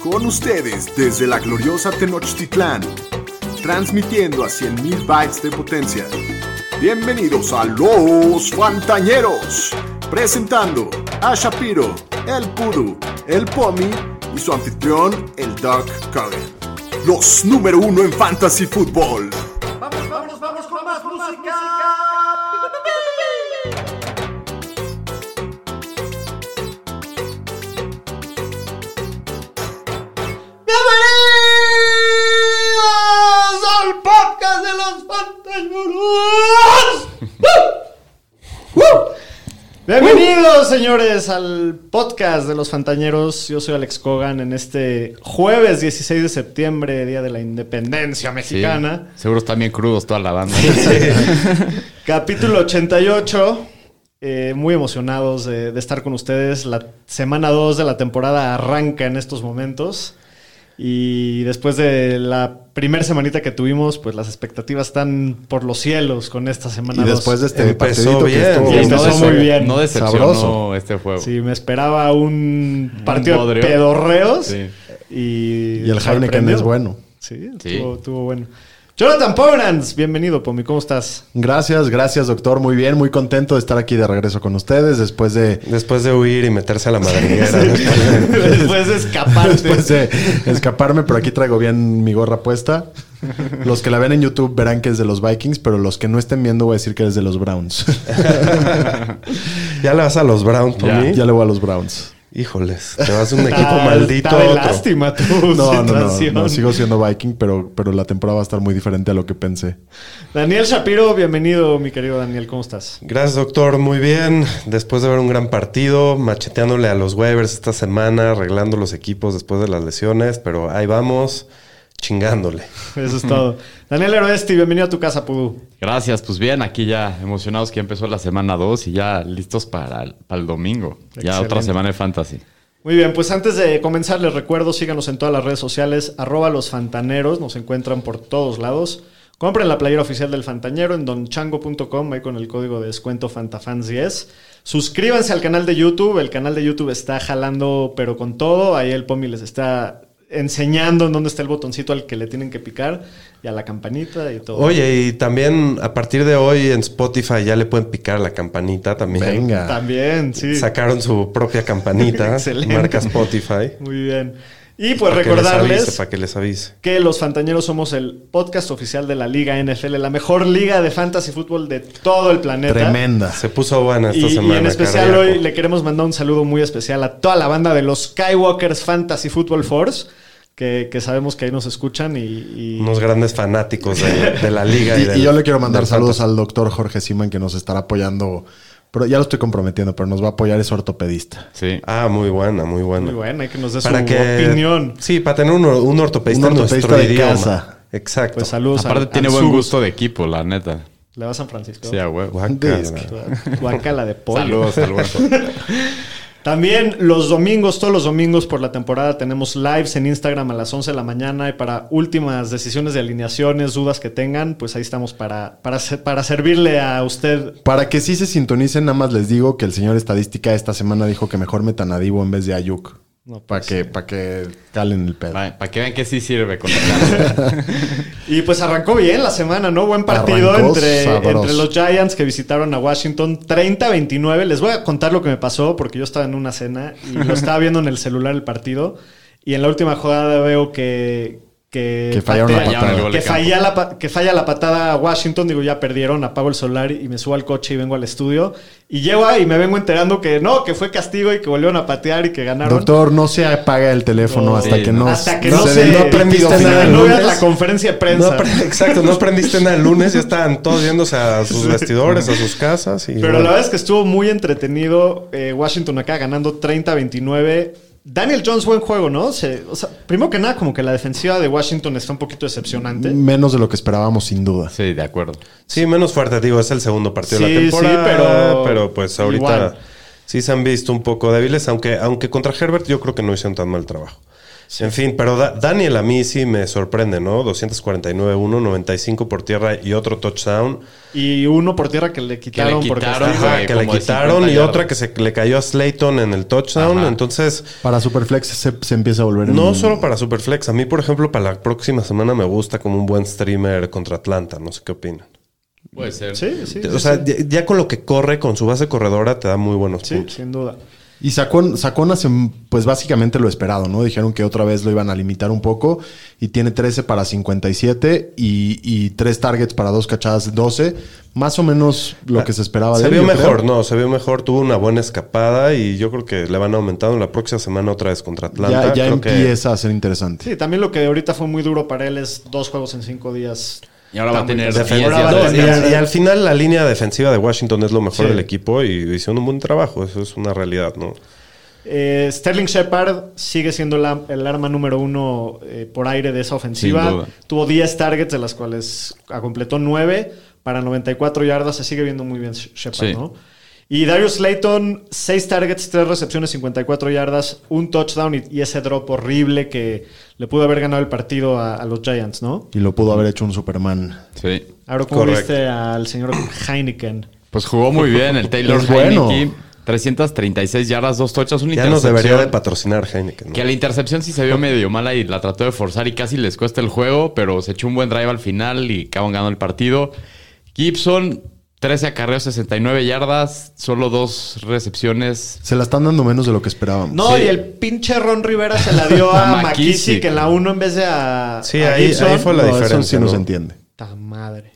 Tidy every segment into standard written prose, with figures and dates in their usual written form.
Con ustedes desde la gloriosa Tenochtitlán, transmitiendo a 100.000 bytes de potencia. Bienvenidos a Los Fantañeros, presentando a Shapiro, el Pudu, el Pomi y su anfitrión, el Doc Cogan. Los número 1 en Fantasy Football. Vamos con más música. Bienvenidos al podcast de los Fantañeros. Bienvenidos, señores, al podcast de los Fantañeros. Yo soy Alex Cogan en este jueves 16 de septiembre, Día de la Independencia Mexicana. Sí, seguro están bien crudos toda la banda. Capítulo 88. Muy emocionados de estar con ustedes. La semana 2 de la temporada arranca en estos momentos. Y después de la primera semanita que tuvimos, pues las expectativas están por los cielos con esta semana 2. Y después de este empezó partidito bien. que estuvo Empezó muy bien. No decepcionó sabroso este juego. Sí, me esperaba un partido de bodrio. pedorreos. Sí. Y el Heineken sorprendió. es bueno. Sí, Sí. estuvo bueno. Jonathan Pomeranz, bienvenido, Pomi, ¿cómo estás? Gracias, doctor. Muy bien, muy contento de estar aquí de regreso con ustedes después de huir y meterse a la madriguera. Después de escaparte. después de escaparme, pero aquí traigo bien mi gorra puesta. Los que la ven en YouTube verán que es de los Vikings, pero los que no estén viendo voy a decir que es de los Browns. ¿Ya le vas a los Browns, Tommy? Ya le voy a los Browns. Híjoles, te vas a un equipo maldito Está a de otro. lástima tu No, situación. sigo siendo Viking, pero la temporada va a estar muy diferente a lo que pensé. Daniel Shapiro, bienvenido, mi querido Daniel, ¿cómo estás? Gracias, doctor. Muy bien. Después de ver un gran partido, macheteándole a los waivers esta semana, arreglando los equipos después de las lesiones, pero ahí vamos, chingándole. Eso es todo. Daniel Heroesti, bienvenido a tu casa, Pudú. Gracias, pues bien, aquí ya emocionados que ya empezó la semana 2 y ya listos para el domingo. Excelente. Ya otra semana de fantasy. Muy bien, pues antes de comenzar les recuerdo, síganos en todas las redes sociales, @losfantaneros, nos encuentran por todos lados. Compren la playera oficial del Fantañero en donchango.com, ahí con el código de descuento FantaFans10. Suscríbanse al canal de YouTube, el canal de YouTube está jalando pero con todo, ahí el Pomi les está enseñando en dónde está el botoncito al que le tienen que picar y a la campanita y todo. Oye, y también a partir de hoy en Spotify ya le pueden picar la campanita también. Venga. También, sí. Sacaron su propia campanita, Excelente. marca Spotify. Muy bien. Y pues Para recordarles que les avise. que Los Fantañeros somos el podcast oficial de la Liga NFL, la mejor liga de fantasy fútbol de todo el planeta. Tremenda. Se puso buena esta Y semana. en especial cardíaco. hoy le queremos mandar un saludo muy especial a toda la banda de los Skywalkers Fantasy Football Force, que sabemos que ahí nos escuchan y Unos grandes fanáticos de la liga. Y yo le quiero mandar del saludos fantasy. al doctor Jorge Siman, que nos estará apoyando. Pero ya lo estoy comprometiendo, pero nos va a apoyar, es ortopedista. Sí. Ah, muy buena, muy buena. muy buena, que nos dé Para su que, opinión. Sí, para tener un ortopedista, Un en ortopedista nuestro de idioma. casa. Exacto. Pues saludos Aparte tiene al buen Sus. gusto de equipo, la neta. ¿Le va a San Francisco? Sí, a huevo. Guácala. Guacala de pollo. Saludos al hueso. También los domingos, todos los domingos por la temporada tenemos lives en Instagram a las 11 de la mañana y para últimas decisiones de alineaciones, dudas que tengan, pues ahí estamos para servirle a usted. Para que sí se sintonicen, nada más les digo que el señor estadística esta semana dijo que mejor metan a Divo en vez de Ayuk. No, Para que calen el pedo. Para que vean que sí sirve con el Y pues arrancó bien la semana, ¿no? Buen partido Arrancó entre sabroso. los Giants que visitaron a Washington, 30-29. Les voy a contar lo que me pasó porque yo estaba en una cena y lo estaba viendo en el celular el partido. Y en la última jugada veo que fallaron la patea, patada. el gol de que falla la patada a Washington. Digo, ya perdieron, apago el celular y me subo al coche y vengo al estudio. Y llego ahí y me vengo enterando que no, que fue castigo y que volvieron a patear y que ganaron. Doctor, no se apaga el teléfono No, hasta sí, que no. no Hasta que no se dé se- el pitido no final. no veas lunes. la conferencia de prensa. Exacto, no aprendiste nada el lunes, ya estaban todos yéndose a sus vestidores, a sus casas. Y Pero bueno. la verdad es que estuvo muy entretenido. Washington acá ganando 30-29. Daniel Jones, buen juego, ¿no? O sea, primero que nada, como que la defensiva de Washington está un poquito decepcionante. Menos de lo que esperábamos, sin duda. Sí, de acuerdo. Sí, menos fuerte, digo, es el segundo partido de Sí, la temporada. sí, pero pues ahorita igual. sí se han visto un poco débiles, aunque contra Herbert yo creo que no hicieron tan mal trabajo. En fin, pero Daniel a mí sí me sorprende, ¿no? 249, 95 por tierra y otro touchdown. Y uno por tierra que le quitaron. porque quitaron, estaba- güey. Que le como de quitaron 50 y yardas. otra que se le cayó a Slayton en el touchdown. Ajá. Entonces, Para Superflex se empieza a volver... no solo para Superflex. A mí, por ejemplo, para la próxima semana me gusta como un buen streamer contra Atlanta. No sé qué opinan. Puede ser. Sí, sí. O sea, ya con lo que corre, con su base corredora, te da muy buenos sí, puntos. sin duda. Y Sacón hace, pues básicamente lo esperado, ¿no? Dijeron que otra vez lo iban a limitar un poco y tiene 13 para 57 y 3 targets para 2 cachadas de 12. Más o menos lo que se esperaba de Se él. vio yo mejor, creo. no, se vio mejor. Tuvo una buena escapada y yo creo que le van aumentando la próxima semana otra vez contra Atlanta. Ya Creo que empieza a ser interesante. Sí, también lo que ahorita fue muy duro para él es 2 juegos en 5 días. Y ahora va a tener Está muy 10 Ahora va a yardas. tener- y al final la línea defensiva de Washington es lo mejor Sí. del equipo y hicieron un buen trabajo. Eso es una realidad, ¿no? Sterling Shepard sigue siendo el arma número 1 por aire de esa ofensiva. Sin duda. Tuvo 10 targets, de las cuales completó 9 para 94 yardas. Se sigue viendo muy bien Shepard, Sí. ¿no? Y Darius Slayton, 6 targets, 3 recepciones, 54 yardas, un touchdown y ese drop horrible que le pudo haber ganado el partido a los Giants, ¿no? Y lo pudo haber hecho un Superman. Sí. Ahora, ¿cómo Correcto. viste al señor Heineken? Pues jugó muy bien el Taylor Es bueno. Heineke. 336 yardas, 2 touchdowns, una Ya nos intercepción. debería de patrocinar Heineken, ¿no? Que la intercepción sí se vio medio mala y la trató de forzar y casi les cuesta el juego, pero se echó un buen drive al final y acaban ganando el partido. Gibson, 13 acarreos, 69 yardas, solo 2 recepciones. Se la están dando menos de lo que esperábamos. No, Sí. y el pinche Ron Rivera se la dio A a McKissick. McKissick en la 1 en vez de a Sí, a ahí Gibson. fue la No, eso diferencia, sí no se ¿no? entiende. Ta madre.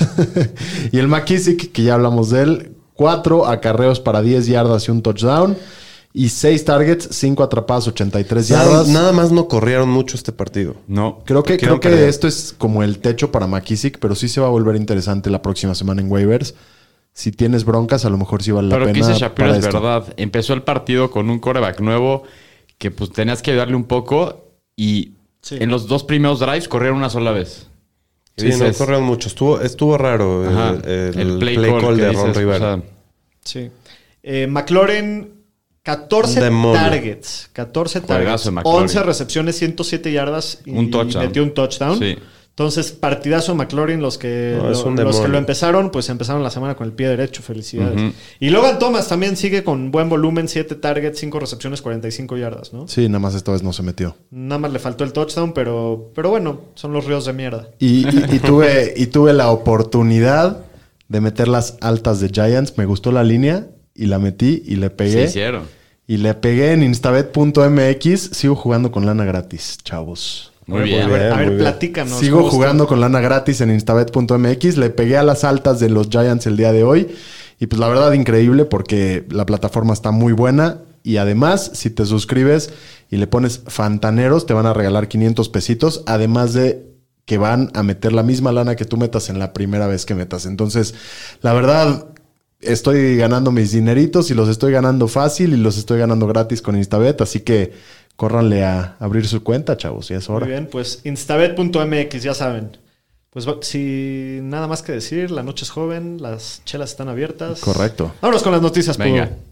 Y el McKissick, que ya hablamos de él, 4 acarreos para 10 yardas y un touchdown. Y 6 targets, 5 atrapadas, 83 yardas. Nada más no corrieron mucho este partido. No. Creo que Quedaron perdiendo. esto es como el techo para McKissick, pero sí se va a volver interesante la próxima semana en waivers. Si tienes broncas, a lo mejor sí vale la Pero pena. que dice Shapiro para es esto. verdad. Empezó el partido con un quarterback nuevo que pues tenías que ayudarle un poco y Sí. en los 2 primeros drives corrieron una sola vez. Y Sí, no dices, corrieron mucho. Estuvo raro ajá, el play call que de dices, Ron Rivera. o sea, Sí. McLaurin, 14 Un demonio. targets. 14 Juegazo targets. de McLaurin. 11 recepciones, 107 yardas y, Un touchdown. y metió un touchdown. Sí. Entonces, partidazo de McLaurin. Los que, No, es un los que demonio. lo empezaron, pues empezaron la semana con el pie derecho. Felicidades. Ujú. Y Logan Thomas también sigue con buen volumen. 7 targets, 5 recepciones, 45 yardas, ¿no? Sí, nada más esta vez no se metió. Nada más le faltó el touchdown, pero bueno, son los ríos de mierda. Y tuve la oportunidad de meter las altas de Giants. Me gustó la línea y la metí y le se pegué. hicieron. Y le pegué en instabet.mx. Sigo jugando con lana gratis, chavos. Muy Muy bien. bien. A ver, muy bien. platícanos. Sigo ¿cómo jugando con lana gratis en instabet.mx. Le pegué a las altas de los Giants el día de hoy. Y pues la verdad increíble porque la plataforma está muy buena. Y además, si te suscribes y le pones Fantaneros, te van a regalar 500 pesitos. Además de que van a meter la misma lana que tú metas en la primera vez que metas. Entonces, la verdad, estoy ganando mis dineritos y los estoy ganando fácil y los estoy ganando gratis con Instabet. Así que córranle a abrir su cuenta, chavos. Ya es hora. Muy bien, pues instabet.mx, ya saben. Pues sin nada más que decir, la noche es joven, las chelas están abiertas. Correcto. Vámonos con las noticias, Venga. Pudo.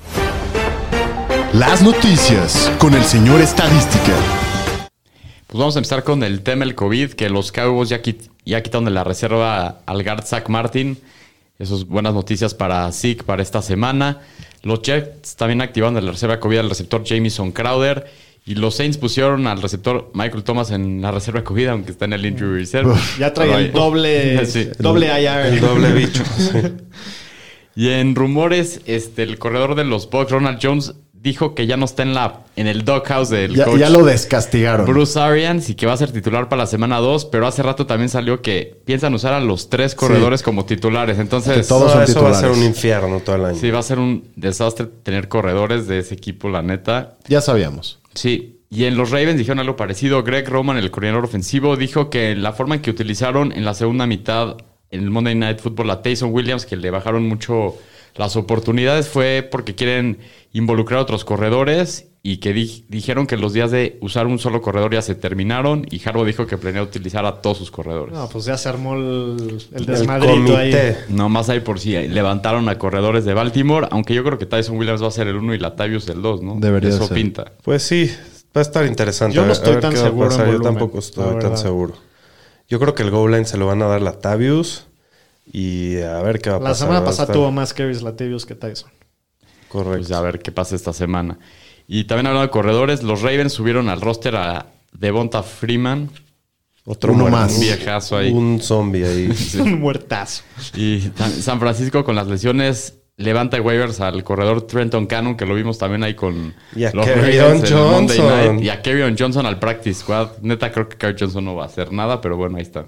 Las noticias con el señor Estadística. Pues vamos a empezar con el tema del COVID, que los Cowboys ya quitaron de la reserva al guard Zach Martin. Eso es buenas noticias para Zeke para esta semana. Los Jets también activaron de la reserva COVID al receptor Jamison Crowder. Y los Saints pusieron al receptor Michael Thomas en la reserva COVID, aunque está en el injury reserve. Ya trae Pero el ahí- doble, Sí. doble IR. El doble bicho. Y en rumores, el corredor de los Bucks, Ronald Jones, dijo que ya no está en el doghouse del coach Ya lo descastigaron. Bruce Arians y que va a ser titular para la semana 2, pero hace rato también salió que piensan usar a los 3 corredores como titulares. Entonces, Que todos son eso va a ser titulares. un infierno todo el año. sí, va a ser un desastre tener corredores de ese equipo, la neta. Ya sabíamos. Sí, y en los Ravens dijeron algo parecido. Greg Roman, el coordinador ofensivo, dijo que la forma en que utilizaron en la segunda mitad en el Monday Night Football a Tyson Williams, que le bajaron mucho las oportunidades, fue porque quieren involucrar a otros corredores y que dijeron que los días de usar un solo corredor ya se terminaron y Harbaugh dijo que planea utilizar a todos sus corredores. No, pues ya se armó el El desmadrito ahí. comité. No más ahí por si levantaron a corredores de Baltimore, aunque yo creo que Tyson Williams va a ser el 1 y Latavius el 2, ¿no? Debería Eso ser. pinta. Pues sí, Va a estar interesante. Yo no A estoy ver tan qué va a seguro en pasar. Yo volumen, tampoco la estoy tan verdad. seguro. Yo creo que el goal line se lo van a dar Latavius y a ver qué va a pasar. La semana Va a pasada estar- tuvo más carries Latavius que Tyson. Correcto. Pues a ver qué pasa esta semana. Y también hablando de corredores, los Ravens subieron al roster a Devonta Freeman. Otro Uno muerto. más. Un viejazo ahí. Un zombie ahí. Un muertazo. Y San Francisco con las lesiones levanta waivers al corredor Trenton Cannon, que lo vimos también ahí con Y a los Kerryon Ravens en el Monday Johnson. Night. Y a Kerryon Johnson al practice squad. Neta, creo que Kerryon Johnson no va a hacer nada, pero bueno, ahí está.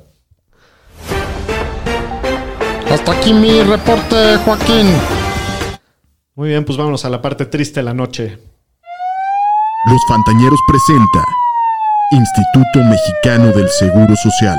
Hasta aquí mi reporte, Joaquín. Muy bien, pues vámonos a la parte triste de la noche. Los Fantañeros presenta Instituto Mexicano del Seguro Social.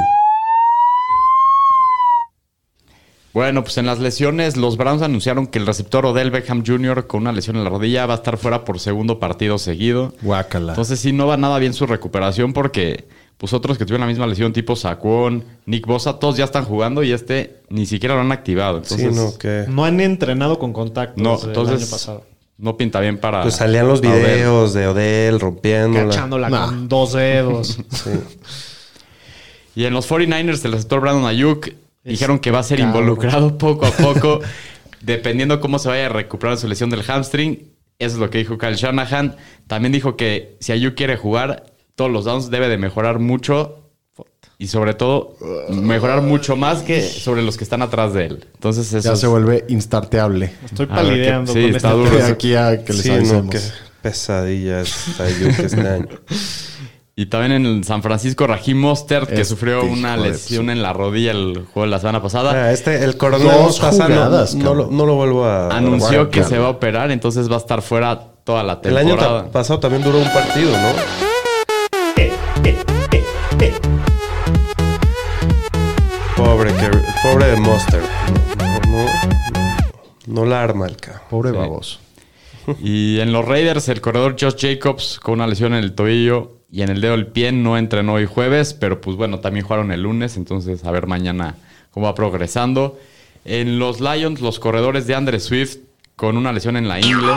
Bueno, pues en las lesiones, los Browns anunciaron que el receptor Odell Beckham Jr. con una lesión en la rodilla va a estar fuera por segundo partido seguido. Guácala. Entonces sí, no va nada bien su recuperación porque pues otros que tuvieron la misma lesión, tipo Saquon, Nick Bosa, todos ya están jugando y ni siquiera lo han activado. Sí, Entonces, no, que... No han entrenado con contacto no, desde el año entonces pasado. no pinta bien para... Pues salían los para Odell. videos de Odell rompiéndola. Cachándola con 2 dedos. Sí. Y en los 49ers, el receptor Brandon Ayuk dijeron que va a ser cabrón. involucrado poco a poco, dependiendo cómo se vaya a recuperar su lesión del hamstring. Eso es lo que dijo Kyle Shanahan. También dijo que si Ayuk quiere jugar, todos los downs debe de mejorar mucho y sobre todo mejorar mucho más que sobre los que están atrás de él. Entonces eso Ya se vuelve instarteable. Estoy A ver, palideando sí, con está este duro. tema. De aquí a que les Sí, no, avisemos. qué pesadilla es Ayuk este año. Y también en San Francisco, Raheem Mostert, que sufrió una hijo de lesión en la rodilla el juego de la semana pasada, El coronel Dos Mostaza jugadas, no lo vuelvo a... anunció que guardar. se va a operar, entonces va a estar fuera toda la El año temporada. pasado también duró un partido, ¿no? Pobre de Monster. No la arma el cabrón. Pobre Sí. baboso. Y en los Raiders, el corredor Josh Jacobs con una lesión en el tobillo y en el dedo del pie no entrenó hoy jueves, pero pues bueno, también jugaron el lunes, entonces a ver mañana cómo va progresando. En los Lions, los corredores de Andre Swift con una lesión en la ingle.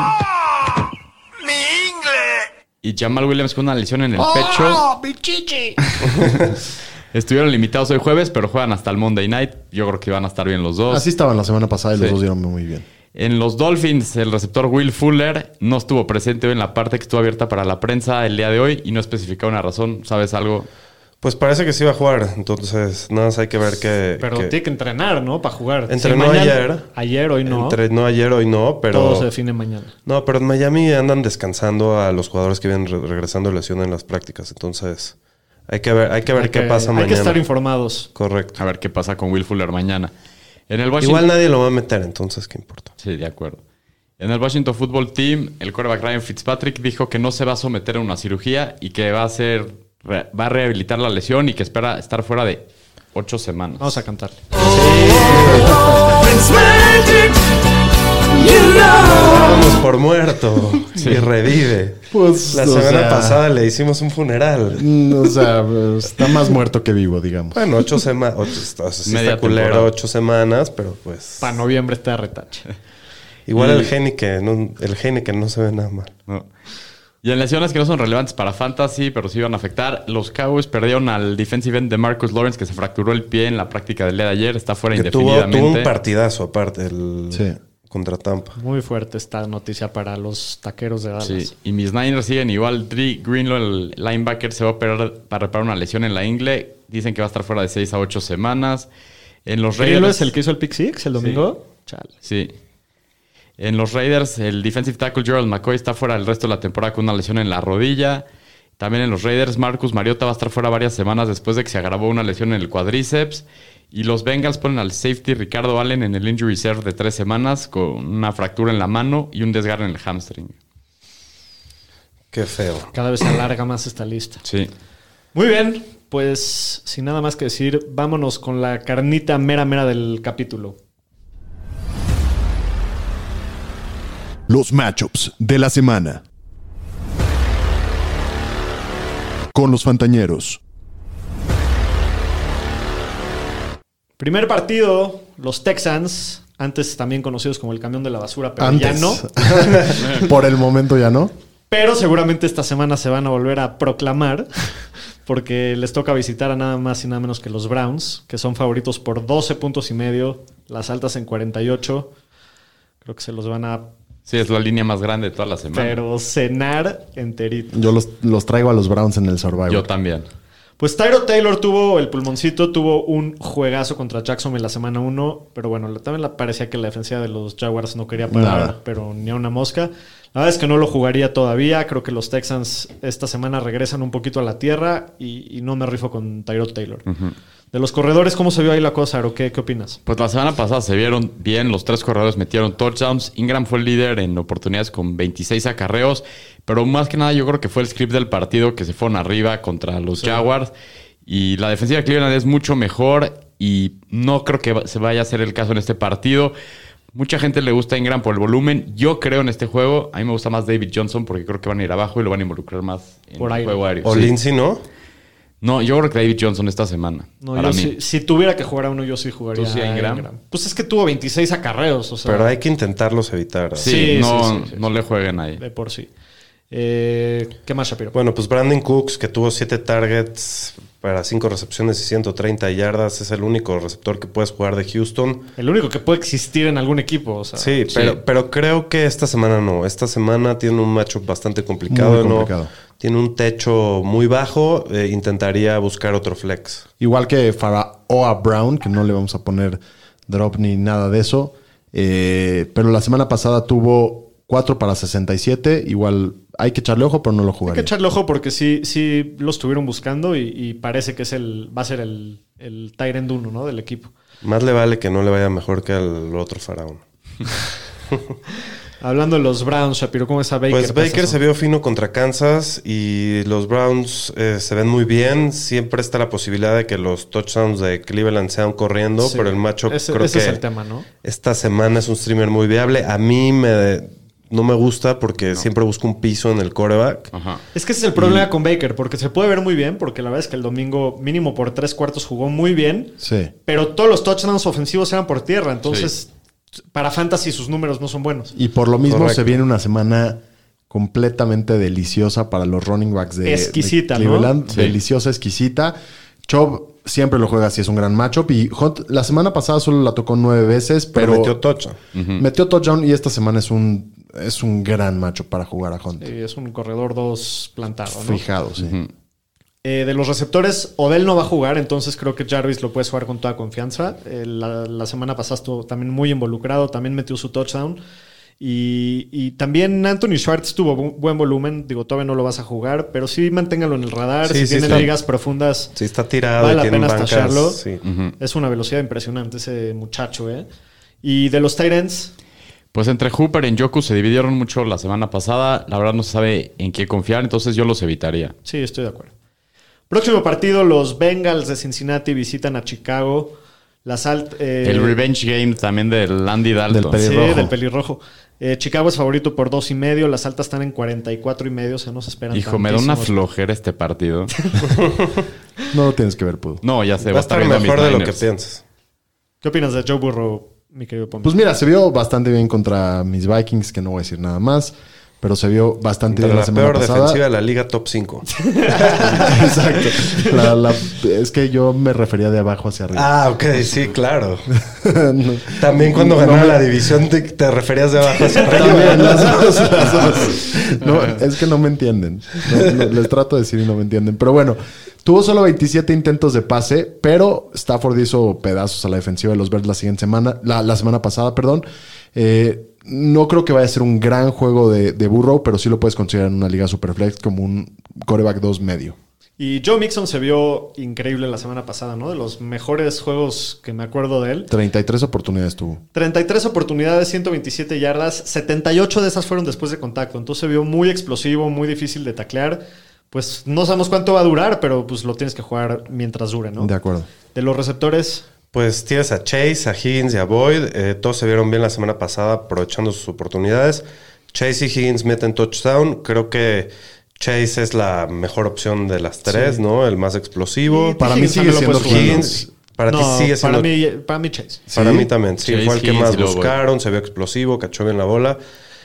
Y Jamal Williams con una lesión en el pecho. Estuvieron limitados hoy jueves, pero juegan hasta el Monday Night. Yo creo que van a estar bien los dos. Así estaban la semana pasada y los Sí. dos dieron muy bien. En los Dolphins, el receptor Will Fuller no estuvo presente hoy en la parte que estuvo abierta para la prensa el día de hoy y no especificaba una razón. ¿Sabes algo? Pues parece que sí va a jugar, entonces nada más hay que ver que... Pero tiene que entrenar, ¿no? Para jugar. Entrenó mañana- ayer. Ayer, hoy no. Entrenó ayer, hoy no, pero... Todo se define mañana. No, pero en Miami andan descansando a los jugadores que vienen regresando de lesión en las prácticas, entonces hay que ver qué pasa Hay mañana. que estar informados. Correcto. A ver qué pasa con Will Fuller mañana. En el Washington... Igual nadie lo va a meter, entonces ¿qué importa? Sí, de acuerdo. En el Washington Football Team, el quarterback Ryan Fitzpatrick dijo que no se va a someter a una cirugía y que va a rehabilitar la lesión y que espera estar fuera de 8 semanas. Vamos a cantarle. Vamos por muerto y revive. Pues, La o semana sea, pasada le hicimos un funeral. O sea, está más muerto que vivo, digamos. Bueno, 8 semanas. Sí Media está culero, temporada. 8 semanas, pero pues... Para noviembre está de retache. Igual Y- el Heineken no se ve nada mal. ¿No? Y en lesiones que no son relevantes para Fantasy, pero sí iban a afectar, los Cowboys perdieron al defensive end de Marcus Lawrence, que se fracturó el pie en la práctica del día de ayer. Está fuera Que tuvo indefinidamente. un partidazo aparte Sí. contra Tampa. Muy fuerte esta noticia para los taqueros de Dallas. Sí, y mis Niners siguen igual. Dre Greenlaw, el linebacker, se va a operar para reparar una lesión en la ingle. Dicen que va a estar fuera de 6 a 8 semanas. En los ¿Grillo Raiders... es el que hizo el pick six el domingo? Chale. Sí. En los Raiders, el defensive tackle Gerald McCoy está fuera el resto de la temporada con una lesión en la rodilla. También en los Raiders, Marcus Mariota va a estar fuera varias semanas después de que se agravó una lesión en el cuádriceps. Y los Bengals ponen al safety Ricardo Allen en el injury reserve de 3 semanas con una fractura en la mano y un desgarre en el hamstring. Qué feo. Cada vez se alarga más esta lista. Sí. Muy bien, pues sin nada más que decir, vámonos con la carnita mera del capítulo. Los matchups de la semana. Con los Fantañeros. Primer partido, los Texans, antes también conocidos como el camión de la basura, pero Antes. ya no. Por el momento ya no. Pero seguramente esta semana se van a volver a proclamar porque les toca visitar a nada más y nada menos que los Browns, que son favoritos por 12 puntos y medio, las altas en 48. Creo que se los van a... Sí, es la línea más grande de toda la semana. Pero cenar enterito. Yo los traigo a los Browns en el Survivor. Yo también. Pues Tyrod Taylor tuvo el pulmoncito, tuvo un juegazo contra Jacksonville en la semana 1, pero bueno, también le parecía que la defensiva de los Jaguars no quería parar, Nada. pero ni a una mosca. La verdad es que no lo jugaría todavía. Creo que los Texans esta semana regresan un poquito a la tierra y no me rifo con Tyrod Taylor. De los corredores, ¿cómo se vio ahí la cosa, Aro? ¿Qué opinas? Pues la semana pasada se vieron bien, los 3 corredores metieron touchdowns. Ingram fue el líder en oportunidades con 26 acarreos, pero más que nada yo creo que fue el script del partido que se fueron arriba contra los Jaguars. Y la defensiva de Cleveland es mucho mejor y no creo que se vaya a hacer el caso en este partido. Mucha gente le gusta Ingram por el volumen. Yo creo en este juego, a mí me gusta más David Johnson porque creo que van a ir abajo y lo van a involucrar más en Por el aire. juego aéreo. O Sí. Lindsey, ¿no? No, yo creo que David Johnson esta semana. No, para yo mí. si tuviera que jugar a uno, yo sí jugaría ¿Tú sí a Ingram? Pues es que tuvo 26 acarreos, o sea, Pero hay que intentarlos evitar. Sí, Sí, no, sí. no le jueguen ahí. de por sí. ¿Qué más, Shapiro? Bueno, pues Brandon Cooks, que tuvo 7 targets para 5 recepciones y 130 yardas, es el único receptor que puedes jugar de Houston. El único que puede existir en algún equipo, o sea. Sí, sí. pero creo que esta semana no. Esta semana tiene un matchup bastante complicado. Muy complicado. ¿no? Tiene un techo muy bajo. Intentaría buscar otro flex. Igual que Faraoa Brown, que no le vamos a poner drop ni nada de eso. Pero la semana pasada tuvo 4 para 67. Igual hay que echarle ojo, pero no lo Hay que jugaría. echarle ojo porque sí lo estuvieron buscando y parece que va a ser el tight end 1, ¿no? Del equipo. Más le vale que no le vaya mejor que al otro faraón. Hablando de los Browns, Shapiro, ¿cómo está Baker? Pues Baker Peterson? se vio fino contra Kansas y los Browns se ven muy bien. Siempre está la posibilidad de que los touchdowns de Cleveland sean corriendo, Sí. pero el matchup Ese creo es que el tema, ¿no? esta semana es un streamer muy viable. A mí no me gusta porque siempre busco un piso en el quarterback. Ajá. Es que ese es el problema con Baker, porque se puede ver muy bien, porque la verdad es que el domingo mínimo por 3/4 jugó muy bien, Sí. pero todos los touchdowns ofensivos eran por tierra, entonces para fantasy sus números no son buenos. Y por lo mismo Correcto. se viene una semana completamente deliciosa para los running backs de Exquisita, de ¿no? Cleveland. Sí. Deliciosa, exquisita. Chubb siempre lo juega así, es un gran matchup. Y Hunt la semana pasada solo la tocó 9 veces, Pero pero metió touchdown. metió touchdown y esta semana es un gran matchup para jugar a Hunt. Es un corredor 2 plantado, ¿no? Fijado, sí. De los receptores, Odell no va a jugar, entonces creo que Jarvis lo puedes jugar con toda confianza. La semana pasada estuvo también muy involucrado, también metió su touchdown. Y también Anthony Schwartz tuvo buen volumen, digo, todavía no lo vas a jugar, pero sí manténgalo en el radar. Sí, Si sí tienen está. ligas profundas, Sí, está tirado vale y la tiene pena bancas. stashearlo. Sí. Es una velocidad impresionante ese muchacho, ¿eh? Y de los tight ends, Pues entre Hooper y Njoku se dividieron mucho la semana pasada. La verdad no se sabe en qué confiar, entonces yo los evitaría. sí, estoy de acuerdo. Próximo partido, los Bengals de Cincinnati visitan a Chicago. El revenge game también del Andy Dalton. Del pelirrojo. Sí, del pelirrojo. Chicago es favorito por 2.5. Las altas están en 44.5. O sea, no se esperan. Hijo, me da una tantísimos. flojera este partido. No lo tienes que ver, Pudo. No, ya sé, Va a estar viendo a mis mejor de lo que Niners. piensas. ¿Qué opinas de Joe Burrow, mi querido Pomi? Pues mira, se vio bastante bien contra mis Vikings, que no voy a decir nada más. Pero se vio bastante Contra bien la la semana peor pasada. defensiva de la liga top 5. Exacto. Es que yo me refería de abajo hacia arriba. Ah, ok, sí, claro. No. También cuando ganaron la división te referías de abajo hacia arriba. También, las dos. No, es que no me entienden. Les trato de decir y no me entienden. Pero bueno, tuvo solo 27 intentos de pase, pero Stafford hizo pedazos a la defensiva de los Bears la semana pasada, perdón. No creo que vaya a ser un gran juego de Burrow, pero sí lo puedes considerar en una liga superflex como un quarterback 2 medio. Y Joe Mixon se vio increíble la semana pasada, ¿no? De los mejores juegos que me acuerdo de él. 33 oportunidades tuvo. 33 oportunidades, 127 yardas. 78 de esas fueron después de contacto. Entonces se vio muy explosivo, muy difícil de taclear. Pues no sabemos cuánto va a durar, pero pues lo tienes que jugar mientras dure, ¿no? De acuerdo. De los receptores... Pues tienes a Chase, a Higgins y a Boyd. Todos se vieron bien la semana pasada aprovechando sus oportunidades. Chase y Higgins meten touchdown. Creo que Chase es la mejor opción de las tres, Sí. ¿no? El más explosivo. Y Para mí Higgins sigue también lo siendo puedes jugar, ¿no? Higgins. Para ti No, sigue siendo... para mí Chase. Para ¿Sí? mí también. Sí, Chase, fue el que Higgins más y luego Boyd. buscaron. Se vio explosivo, cachó bien la bola.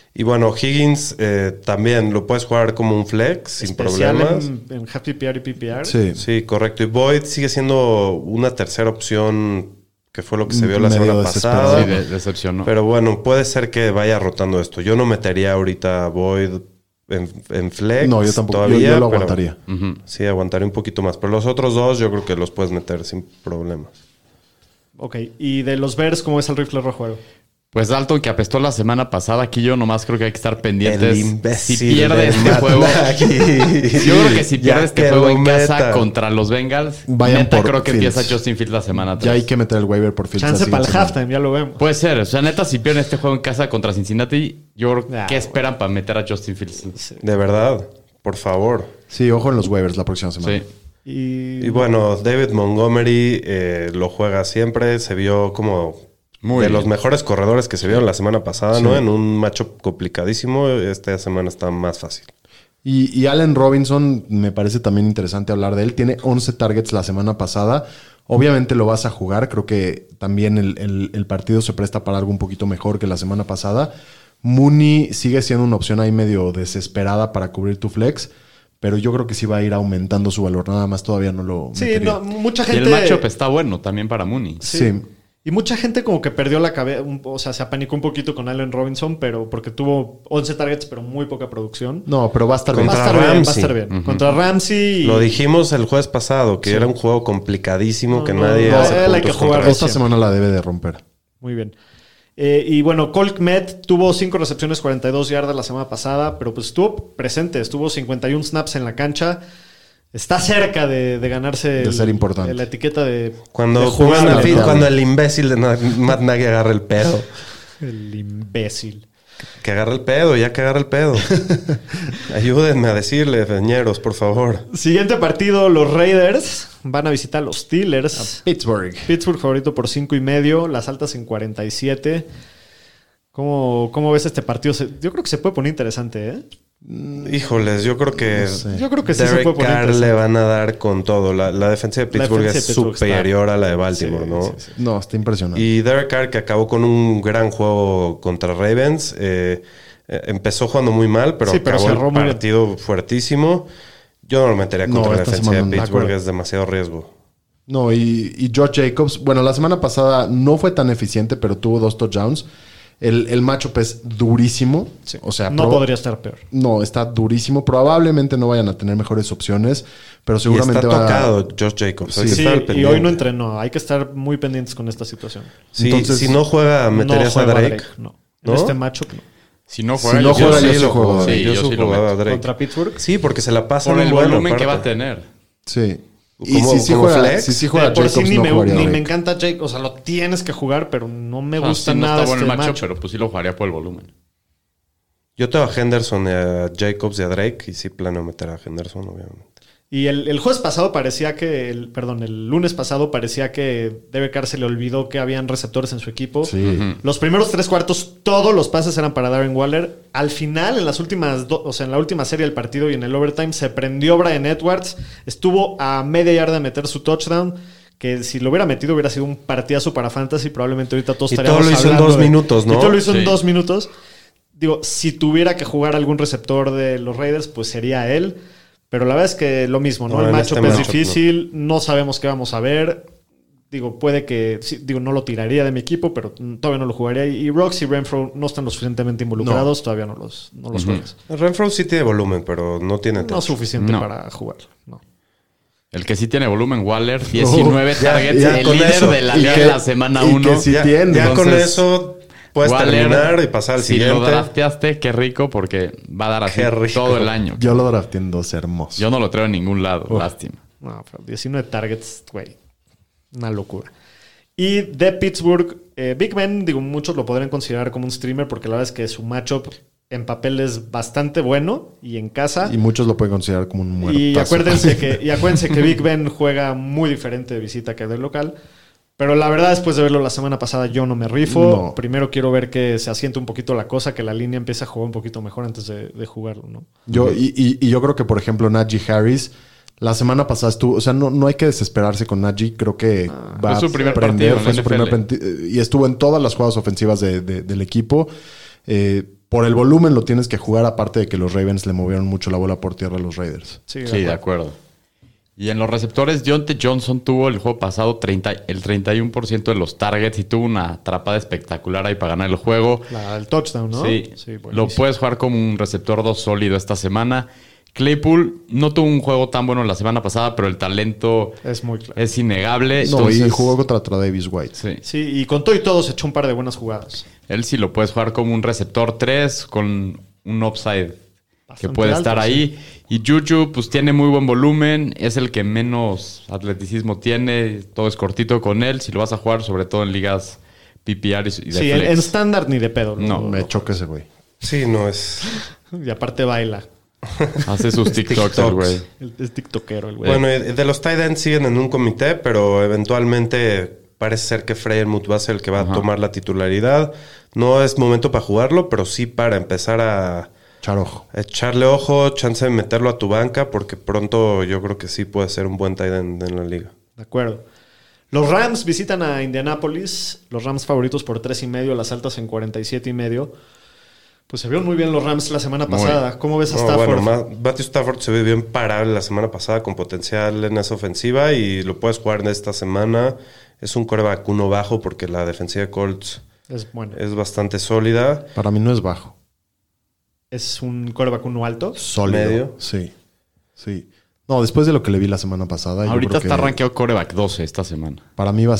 Y bueno, Higgins también lo puedes jugar como un flex sin Especial problemas. en Half PPR y PPR. Sí. Sí, correcto. Y Boyd sigue siendo una tercera opción, que fue lo que se vio la Medio semana desesperado. pasada. Sí, decepcionó. Pero bueno, puede ser que vaya rotando esto. Yo no metería ahorita a Boyd en flex. No, yo tampoco. Todavía, Yo lo pero aguantaría. Ujú. sí, aguantaría un poquito más. Pero los otros dos yo creo que los puedes meter sin problemas. Ok, y de los Bears, ¿cómo es el rifle rojo? Pues Dalton, que apestó la semana pasada, aquí yo nomás creo que hay que estar pendientes. El imbécil Si pierde de este Matt juego, Nagy. yo creo que si Ya pierde este que juego lo en casa meta. contra los Bengals, Vayan neta por creo que Fields. empieza Justin Fields la semana 3. Ya hay que meter el waiver por Fields. Chance la para el siguiente halftime, ya lo vemos. Puede ser, o sea, neta, si pierden este juego en casa contra Cincinnati, yo creo Ah, ¿qué esperan para meter a Justin Fields? De verdad, por favor. semana. Sí, ojo en los waivers la próxima semana. Sí. Y Y bueno, David Montgomery lo juega siempre. Se vio como Muy de bien. los mejores corredores que se vieron la semana pasada, ¿no? En un matchup complicadísimo. Esta semana está más fácil. Y Allen Robinson, me parece también interesante hablar de él. Tiene 11 targets la semana pasada. Obviamente lo vas a jugar. Creo que también el partido se presta para algo un poquito mejor que la semana pasada. Mooney sigue siendo una opción ahí medio desesperada para cubrir tu flex. Pero yo creo que sí va a ir aumentando su valor. Nada más todavía no lo sí, metería. no, mucha Y gente... el matchup está bueno también para Mooney. Sí. Y mucha gente como que perdió la cabeza, o sea, se apanicó un poquito con Allen Robinson, pero porque tuvo 11 targets, pero muy poca producción. No, pero va a estar bien. Va a Contra estar bien, va a Ramsey. estar bien. Contra Ramsey. Lo dijimos el jueves pasado, que era un juego complicadísimo, que no, nadie no, hace él hay puntos que jugar contra dos. él. Esta semana la debe de romper. Muy bien. Y bueno, Cole Kmet tuvo 5 recepciones, 42 yardas la semana pasada, pero pues estuvo presente, estuvo 51 snaps en la cancha. Está cerca de ganarse De ser importante. la etiqueta de Cuando de juegan jugar, al fin, ¿no? cuando el imbécil de Matt Nagy agarra el pedo. El imbécil. Que agarra el pedo, ya que agarra el pedo. Ayúdenme a decirle, feñeros, por favor. Siguiente partido, los Raiders van a visitar a los Steelers. Pittsburgh. Pittsburgh favorito por 5.5, las altas en 47. ¿Cómo ves este partido? Yo creo que se puede poner interesante, ¿eh? Híjoles, yo creo que Yo creo que sí se Derek puede poner Carr le interesante. van a dar con todo. La defensa de Pittsburgh defensa de es Pittsburgh superior a la de Baltimore, Sí, ¿no? sí, sí. No, está impresionante. Y Derek Carr, que acabó con un gran juego contra Ravens, empezó jugando muy mal, pero Sí, pero acabó cerró el muy bien. partido fuertísimo. Yo no lo metería No, contra la esta defensa de semana no. Pittsburgh, De acuerdo. es demasiado riesgo. No, y Josh Jacobs, bueno, la semana pasada no fue tan eficiente, pero tuvo 2 touchdowns. El matchup es durísimo. O sea, No podría estar peor. No, está durísimo. Probablemente no vayan a tener mejores opciones, pero Y seguramente está va tocado Josh Jacobs. hay que Sí, estar al y pendiente. hoy no entrenó. Hay que estar muy pendientes con esta situación. Sí, Entonces, si no juega, ¿meterías No a juega Drake? No. ¿No? En este matchup no. Si no Si juega, no yo juega, sí yo lo sí juego. Sí, yo yo sí sí lo jugaba meto. a Drake. Contra Pittsburgh. Sí, porque se la pasa Por muy el bueno, volumen que va a aparte. tener. Sí. Y ¿Como- si sí como juega, flex? si juega Por Jacobs, sí no ni jugaría me Drake. encanta Jake. O sea, lo tienes que jugar, pero no me O sea, gusta sí, no nada está bueno este el matchup, matchup. pero pues sí lo jugaría por el volumen. Yo tengo a Henderson, a Jacobs y a Drake, y sí planeo meter a Henderson, obviamente. Y el jueves pasado parecía que... el lunes pasado parecía que Derek Carr se le olvidó que habían receptores en su equipo. Sí. Los primeros 3 cuartos, todos los pases eran para Darren Waller. Al final, en las últimas en la última serie del partido y en el overtime, se prendió Bryan Edwards. Estuvo a media yarda de meter su touchdown. Que si lo hubiera metido hubiera sido un partidazo para Fantasy. Probablemente ahorita todos Y estaríamos todo lo hizo en hablando 2 minutos, ¿no? Y todo lo hizo en Sí. 2 minutos. Digo, si tuviera que jugar algún receptor de los Raiders, pues sería él. Pero la verdad es que lo mismo, ¿no? No, El en matchup este es matchup, difícil. No sabemos qué vamos a ver. Digo, puede que... no lo tiraría de mi equipo, pero todavía no lo jugaría. Y Rocks y Renfro no están lo suficientemente involucrados. Todavía no los juegas. Renfro sí tiene volumen, pero no tiene No touch. suficiente No. para jugarlo. No. El que sí tiene volumen, Waller, 19 ya, targets, ya el con líder eso. de la Y liga que- en la semana y 1. que sí Ya, tiene. ya con Entonces, eso puedes terminar y pasar al si siguiente. lo drafteaste, qué rico, porque va a dar así Qué rico. todo el año. Yo lo drafté en 2 hermosos. Yo no lo traigo en ningún lado, lástima. No, pero 19 targets, güey. Una locura. Y de Pittsburgh, Big Ben, digo, muchos lo podrían considerar como un streamer porque la verdad es que su matchup en papel es bastante bueno y en casa. Y muchos lo pueden considerar como un muertazo. Y acuérdense que Big Ben juega muy diferente de visita que de local. Pero la verdad, después de verlo la semana pasada, yo no me rifo. No. Primero quiero ver que se asiente un poquito la cosa, que la línea empiece a jugar un poquito mejor antes de jugarlo, ¿no? Y yo creo que, por ejemplo, Najee Harris, la semana pasada estuvo... O sea, no hay que desesperarse con Najee. Creo que va Fue su primer a prender. partido en Fue la su primer NFL. y estuvo en todas las jugadas ofensivas del equipo. por el volumen lo tienes que jugar, aparte de que los Ravens le movieron mucho la bola por tierra a los Raiders. Sí, Sí, de acuerdo. Y en los receptores, Diontae Johnson tuvo el juego pasado el 31% de los targets y tuvo una atrapada espectacular ahí para ganar el juego. El touchdown, ¿no? Sí, buenísimo. lo puedes jugar como un receptor 2 sólido esta semana. Claypool no tuvo un juego tan bueno la semana pasada, pero el talento Es muy claro. es innegable. No, Entonces, y jugó contra Davis White. sí, Sí, y con todo y todo se echó un par de buenas jugadas. él sí lo puedes jugar como un receptor 3 con un upside que Bastante puede alto, estar ahí. Y Juju, pues tiene muy buen volumen, es el que menos atleticismo tiene, todo es cortito con él. Si lo vas a jugar, sobre todo en ligas PPR y de Sí, flex. en estándar ni de pedo. No, Me choca ese güey. Sí, no es... Y aparte baila. Hace sus TikToks el güey. Es tiktokero el güey. Bueno, de los tight ends siguen en un comité, pero eventualmente parece ser que Freiermuth va a ser el que va a tomar la titularidad. No es momento para jugarlo, pero sí para empezar a Charojo. echarle ojo, chance de meterlo a tu banca, porque pronto yo creo que sí puede ser un buen tight end en la liga. De acuerdo. Los Rams visitan a Indianapolis. Los Rams favoritos por 3.5, las altas en 47.5. Pues se vieron muy bien los Rams la semana pasada. ¿Cómo ves a No, Stafford? bueno, Matthew Stafford se ve bien parable la semana pasada con potencial en esa ofensiva y lo puedes jugar en esta semana. Es un quarterback 1 bajo porque la defensiva de Colts Es bueno. es bastante sólida. Para mí no es bajo. Es un quarterback 1 alto. Sólido. ¿Medio? Sí. Sí. No, después de lo que le vi la semana pasada. yo Ahorita creo está que rankeado quarterback 12 esta semana. Para mí va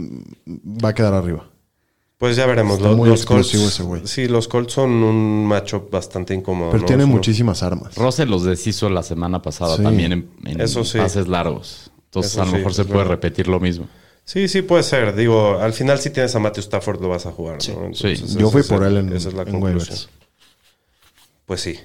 a quedar arriba. Pues ya veremos. Está muy Los explosivo Colts, ese güey. sí, los Colts son un matchup bastante incómodo. Pero ¿no? tiene Es muchísimas armas. Russell los deshizo la semana pasada Sí. también en Eso sí. pases largos. Entonces Eso a lo sí, mejor se es puede verdad. repetir lo mismo. Sí, puede ser. Digo, al final si tienes a Matthew Stafford lo vas a jugar, ¿no? Entonces, Sí. Yo fui esa por es- él en esa es la en conclusión. waivers. Pues sí.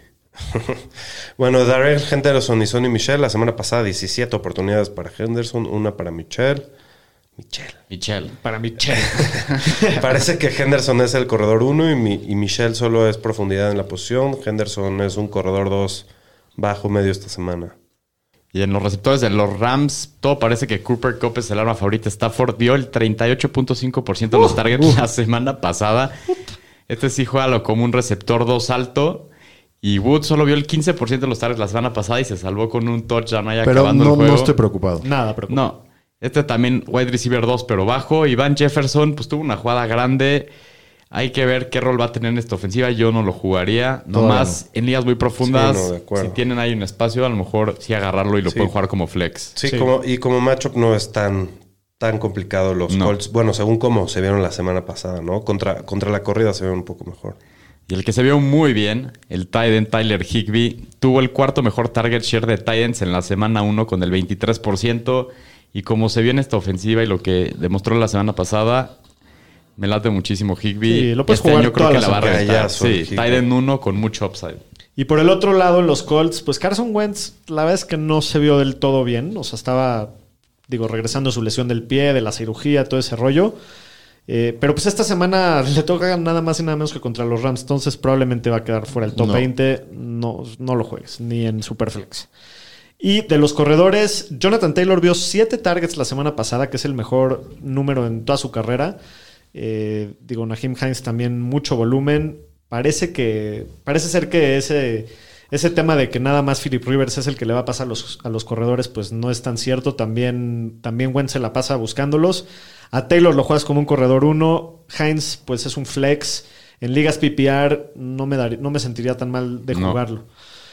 Bueno, Darrell Henderson y Sonny Michel la semana pasada 17 oportunidades para Henderson, una para Michel. Michelle. Para mí, che. Parece que Henderson es el corredor 1 y Michel solo es profundidad en la posición. Henderson es un corredor 2 bajo medio esta semana. Y en los receptores de los Rams, todo parece que Cooper Kupp es el arma favorita. Stafford dio el 38.5% de los targets la semana pasada. Este sí juega como un receptor 2 alto. Y Wood solo vio el 15% de los targets la semana pasada y se salvó con un touchdown ahí Pero acabando el no, juego. no estoy preocupado. Nada, pero No. Este también wide receiver 2, pero bajo. Iván Jefferson, pues tuvo una jugada grande. Hay que ver qué rol va a tener en esta ofensiva. Yo no lo jugaría. Nomás en ligas muy profundas, Sí, no, de acuerdo. si tienen ahí un espacio, a lo mejor sí agarrarlo y lo pueden jugar como flex. Sí, Sí. Como matchup no es tan complicado los No. Colts. Bueno, según como se vieron la semana pasada, ¿no? Contra la corrida se vieron un poco mejor. Y el que se vio muy bien, el tight end Tyler Higbee, tuvo el cuarto mejor target share de tight ends en la semana 1 con el 23%. Y como se vio en esta ofensiva y lo que demostró la semana pasada, me late muchísimo Higbee. Sí, lo puedes este jugar año creo toda que la la va a semana. reventar. Gallazo, Sí, Higbee. tight end 1 con mucho upside. Y por el otro lado, en los Colts, pues Carson Wentz, la verdad es que no se vio del todo bien. O sea, estaba, regresando a su lesión del pie, de la cirugía, todo ese rollo. Pero pues esta semana le toca nada más y nada menos que contra los Rams. Entonces probablemente va a quedar fuera del top No. 20. No lo juegues, ni en Superflex. Y de los corredores, Jonathan Taylor vio 7 targets la semana pasada, que es el mejor número en toda su carrera. Naheem Hines también mucho volumen. Parece ser que ese tema de que nada más Philip Rivers es el que le va a pasar a los corredores, pues no es tan cierto. También Wentz se la pasa buscándolos. A Taylor lo juegas como un corredor 1. Hines, pues es un flex. En ligas PPR no me sentiría tan mal de No. jugarlo.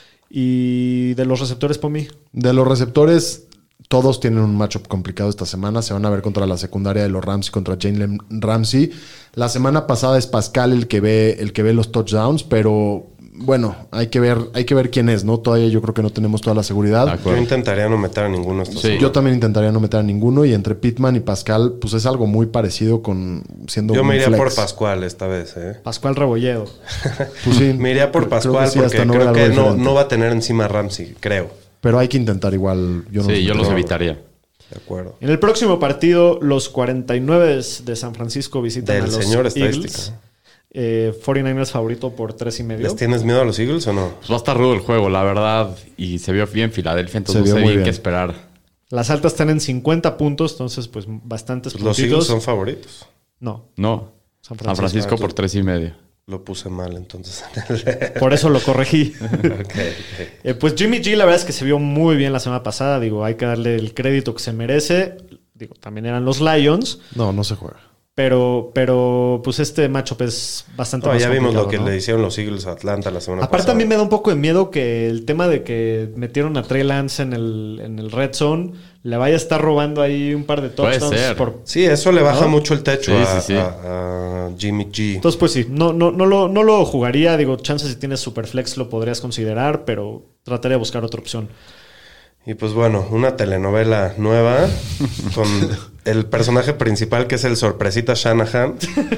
Y de los receptores, Pomi. De los receptores, todos tienen un matchup complicado esta semana. Se van a ver contra la secundaria de los Rams y contra Jalen Ramsey. La semana pasada es Pascal el que ve los touchdowns, pero bueno, hay que ver quién es, ¿no? Todavía yo creo que no tenemos toda la seguridad. De acuerdo. Yo intentaría no meter a ninguno de estos. Sí. Yo también intentaría no meter a ninguno, y entre Pittman y Pascal, pues es algo muy parecido con siendo Yo un me iría flex. por Pascual esta vez, ¿eh? Pascual Rebolledo. Pues sí, Me iría por creo que Pascual sí, porque hasta no creo ver que algo diferente. no va a tener encima a Ramsey, creo. Pero hay que intentar igual. Yo Sí, yo los metería. evitaría. De acuerdo. En el próximo partido, los 49 de San Francisco visitan Del a los señor Eagles. estadística. 49ers favorito por 3.5. ¿Les tienes miedo a los Eagles o no? Pues va a estar rudo el juego, la verdad. Y se vio bien Filadelfia, entonces Se vio no sé muy bien bien. qué esperar. Las altas están en 50 puntos, entonces pues bastantes Pues los puntitos. Eagles son favoritos. No, No, San San Francisco por 3.5. Lo puse mal, entonces. Por eso lo corregí. Ok. Pues Jimmy G, la verdad es que se vio muy bien la semana pasada. Digo, hay que darle el crédito que se merece. Digo, también eran los Lions. No se juega. Pero pues este matchup es bastante No, más ya vimos lo que complicado, ¿no? le hicieron los Eagles a Atlanta la semana Aparte pasada. a mí me da un poco de miedo que el tema de que metieron a Trey Lance en el red zone le vaya a estar robando ahí un par de Puede touchdowns. ser. Sí, eso le baja ¿No? mucho el techo Sí. a Jimmy G. Entonces pues sí, no lo jugaría. Digo, chances si tienes Superflex lo podrías considerar, pero trataría de buscar otra opción. Y pues bueno, una telenovela nueva con el personaje principal que es el sorpresita Shanahan.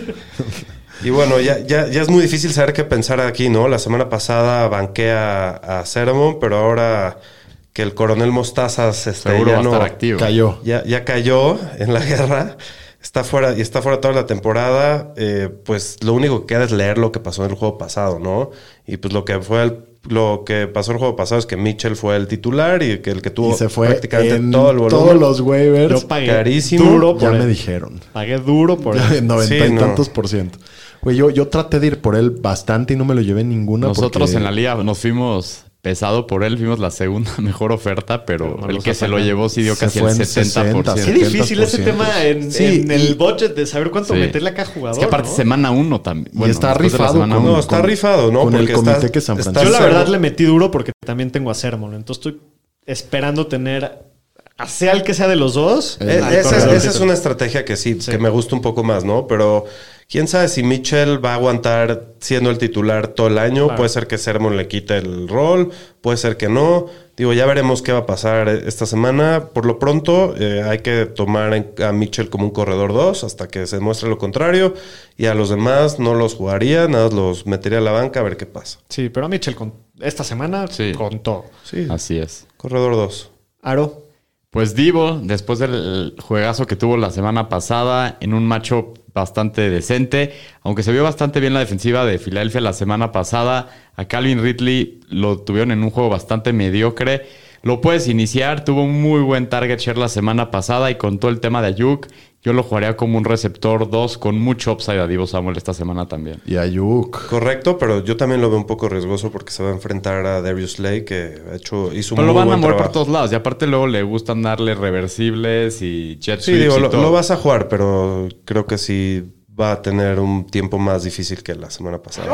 Y bueno, ya es muy difícil saber qué pensar aquí, ¿no? La semana pasada banqué a Sermon, pero ahora que el coronel Mostazas Seguro ya va a no estar activo. Cayó. ya cayó en la guerra, está fuera toda la temporada, pues lo único que queda es leer lo que pasó en el juego pasado, ¿no? Y pues lo que pasó en el juego pasado es que Mitchell fue el titular y que el que tuvo Y se fue prácticamente en todo el volumen. todos los waivers. Yo pagué carísimo. duro Ya por me él. dijeron. Pagué duro por él. 90 Sí, y no. tantos %. Güey, yo traté de ir por él bastante y no me lo llevé ninguna. Nosotros porque- en la liga nos fuimos pesado por él. Fuimos la segunda mejor oferta, pero no el los que se lo atacan. llevó sí dio Se casi fue el en 70%. 60, Qué difícil ese 70%. tema en Sí, el y- budget de saber cuánto Sí. meterle a cada jugador. Es que aparte ¿no? semana 1 también. Y está después de la rifado semana con- uno. No, está rifado, ¿no? con el Porque comité estás- que San estás Francisco. Yo la verdad Sermon- le metí duro porque también tengo a Sermon. Entonces estoy esperando tener, sea el que sea de los dos. al Esa corredor es titular. una estrategia que sí, que me gusta un poco más, ¿no? Pero quién sabe si Mitchell va a aguantar siendo el titular todo el año. Claro. Puede ser que Sermon le quite el rol, puede ser que no. Digo, ya veremos qué va a pasar esta semana. Por lo pronto, hay que tomar a Mitchell como un corredor 2 hasta que se demuestre lo contrario. Y a los demás no los jugaría, nada más los metería a la banca a ver qué pasa. Sí, pero a Mitchell esta semana Sí. con todo. Sí, Así es. corredor 2. Aro. Pues Divo, después del juegazo que tuvo la semana pasada, en un matchup bastante decente, aunque se vio bastante bien la defensiva de Filadelfia la semana pasada, a Calvin Ridley lo tuvieron en un juego bastante mediocre. Lo puedes iniciar, tuvo un muy buen target share la semana pasada y con todo el tema de Ayuk, yo lo jugaría como un receptor 2 con mucho upside a Divo Samuel esta semana también. Y Ayuk. Correcto, pero yo también lo veo un poco riesgoso porque se va a enfrentar a Darius Slay, que hizo un Pero muy lo van a buen mover trabajo. por todos lados y aparte luego le gustan darle reversibles y jet Sí, sweeps digo, y lo todo. vas a jugar, pero creo que sí va a tener un tiempo más difícil que la semana pasada.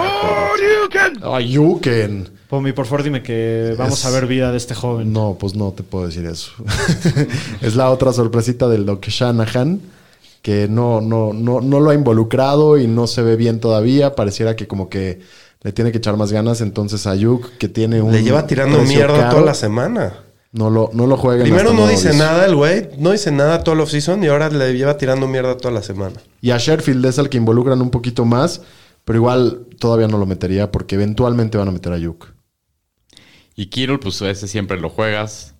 Ayuken. Pomi, por favor, dime que vamos Es- a ver vida de este joven. No, pues no te puedo decir eso. Es la otra sorpresita del Doc Shanahan, que no lo ha involucrado y no se ve bien todavía. Pareciera que como que le tiene que echar más ganas. Entonces Ayuk, que tiene un Le lleva tirando precio mierda caro, toda la semana. No lo jueguen. Primero hasta no nuevo dice aviso. nada el güey, no dice nada todo el offseason y ahora le lleva tirando mierda toda la semana. Y a Sherfield es el que involucran un poquito más, pero igual todavía no lo metería porque eventualmente van a meter a Ayuk. Y Kittle, pues ese siempre lo juegas.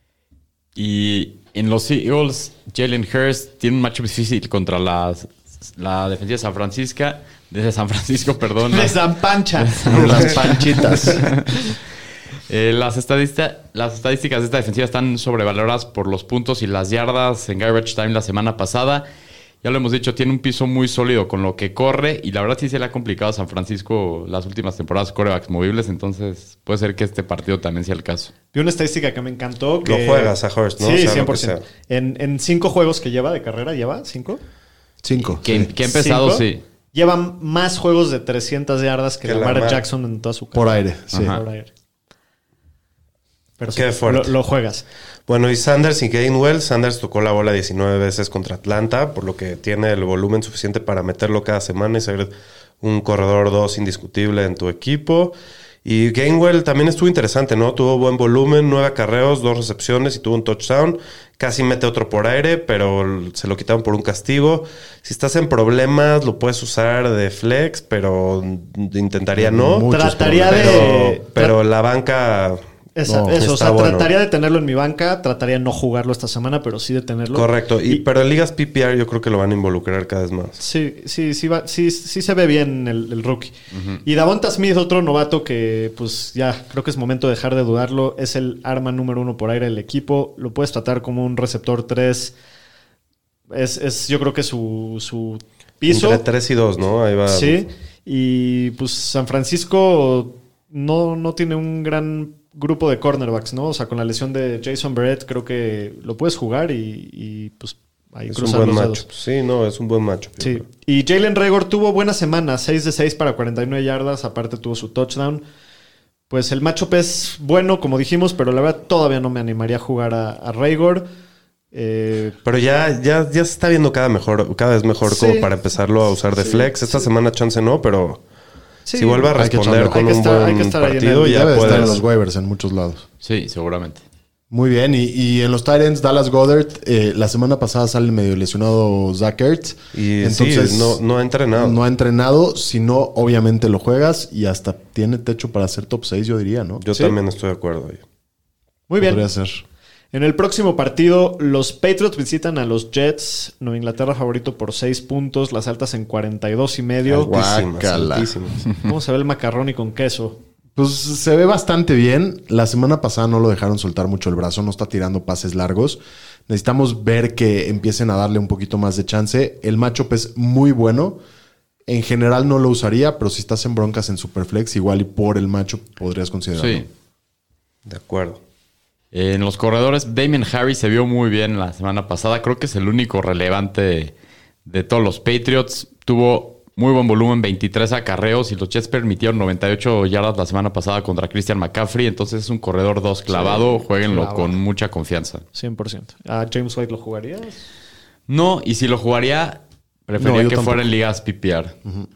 Y en los Eagles, Jalen Hurst tiene un matchup difícil contra la defensiva de San Francisco, perdón. De San Pancha. De las panchitas. Las estadísticas de esta defensiva están sobrevaloradas por los puntos y las yardas en garbage time la semana pasada. Ya lo hemos dicho, tiene un piso muy sólido con lo que corre y la verdad sí se le ha complicado a San Francisco las últimas temporadas quarterbacks movibles, entonces puede ser que este partido también sea el caso. Vi una estadística que me encantó. Que... Lo juegas a Hurst, ¿no? Sí, O sea, lo que 100%. sea. En 5 juegos que lleva de carrera, ¿lleva 5? 5. Que ha empezado, sí. Lleva más juegos de 300 yardas que Que Lamar Lamar. Jackson en toda su Por carrera. aire, sí. Ajá. Por aire. Pero Qué sí, fuerte. lo juegas. Bueno, y Sanders y Gainwell. Sanders tocó la bola 19 veces contra Atlanta, por lo que tiene el volumen suficiente para meterlo cada semana y ser un corredor 2 indiscutible en tu equipo. Y Gainwell también estuvo interesante, ¿no? Tuvo buen volumen, 9 acarreos, 2 recepciones y tuvo un touchdown. Casi mete otro por aire, pero se lo quitaron por un castigo. Si estás en problemas, lo puedes usar de flex, pero intentaría no. Muchos Trataría problemas. Pero la banca... No, Eso, o está sea, bueno. trataría de tenerlo en mi banca, trataría de no jugarlo esta semana, pero sí de tenerlo. Correcto. Pero en ligas PPR yo creo que lo van a involucrar cada vez más. Sí se ve bien el rookie. Y Davonta Smith, otro novato que pues ya creo que es momento de dejar de dudarlo, es el arma número 1 por aire del equipo. Lo puedes tratar como un receptor 3. Es yo creo que su piso. Entre 3 y 2, ¿no? Ahí va. Sí. Y pues San Francisco no tiene un gran grupo de cornerbacks, ¿no? O sea, con la lesión de Jason Verrett creo que lo puedes jugar y pues ahí Es un cruzar buen los match. dedos. Sí, no, es un buen match. Sí. Y Jalen Reagor tuvo buena semana, 6 de 6 para 49 yardas, aparte tuvo su touchdown. Pues el matchup es bueno, como dijimos, pero la verdad todavía no me animaría a jugar a Reagor. Pero ya se está viendo cada vez mejor Sí. como para empezarlo a usar de Sí, flex. Esta semana chance no, pero Sí, si vuelve a hay que responder echarlo. con Hay que un estar- hay buen que estar ahí en partido, el- ya Debe de estar en puedes. los waivers en muchos lados. Sí, seguramente. Muy bien, y en los tight ends, Dallas Goedert, la semana pasada sale medio lesionado Zach Ertz. Y Entonces, sí, no ha entrenado. No ha entrenado, sino obviamente lo juegas y hasta tiene techo para ser top 6, yo diría, ¿no? Yo Sí. también estoy de acuerdo. Muy bien. Podría ser. En el próximo partido, los Patriots visitan a los Jets. Nueva Inglaterra favorito por 6 puntos. Las altas en 42.5. Altísimas, Guácala. altísimas. ¿Cómo se ve el macarrón y con queso? Pues se ve bastante bien. La semana pasada no lo dejaron soltar mucho el brazo, no está tirando pases largos. Necesitamos ver que empiecen a darle un poquito más de chance. El matchup es muy bueno. En general no lo usaría, pero si estás en broncas en Superflex, igual y por el matchup podrías considerarlo. Sí. De acuerdo. En los corredores, Damien Harris se vio muy bien la semana pasada. Creo que es el único relevante de todos los Patriots. Tuvo muy buen volumen, 23 acarreos, y los Jets permitieron 98 yardas la semana pasada contra Christian McCaffrey. Entonces es un corredor 2 clavado. Jueguenlo clavado. con mucha confianza. 100%. ¿A James White lo jugarías? No, y si lo jugaría, preferiría No, yo que tampoco. fuera en ligas PPR.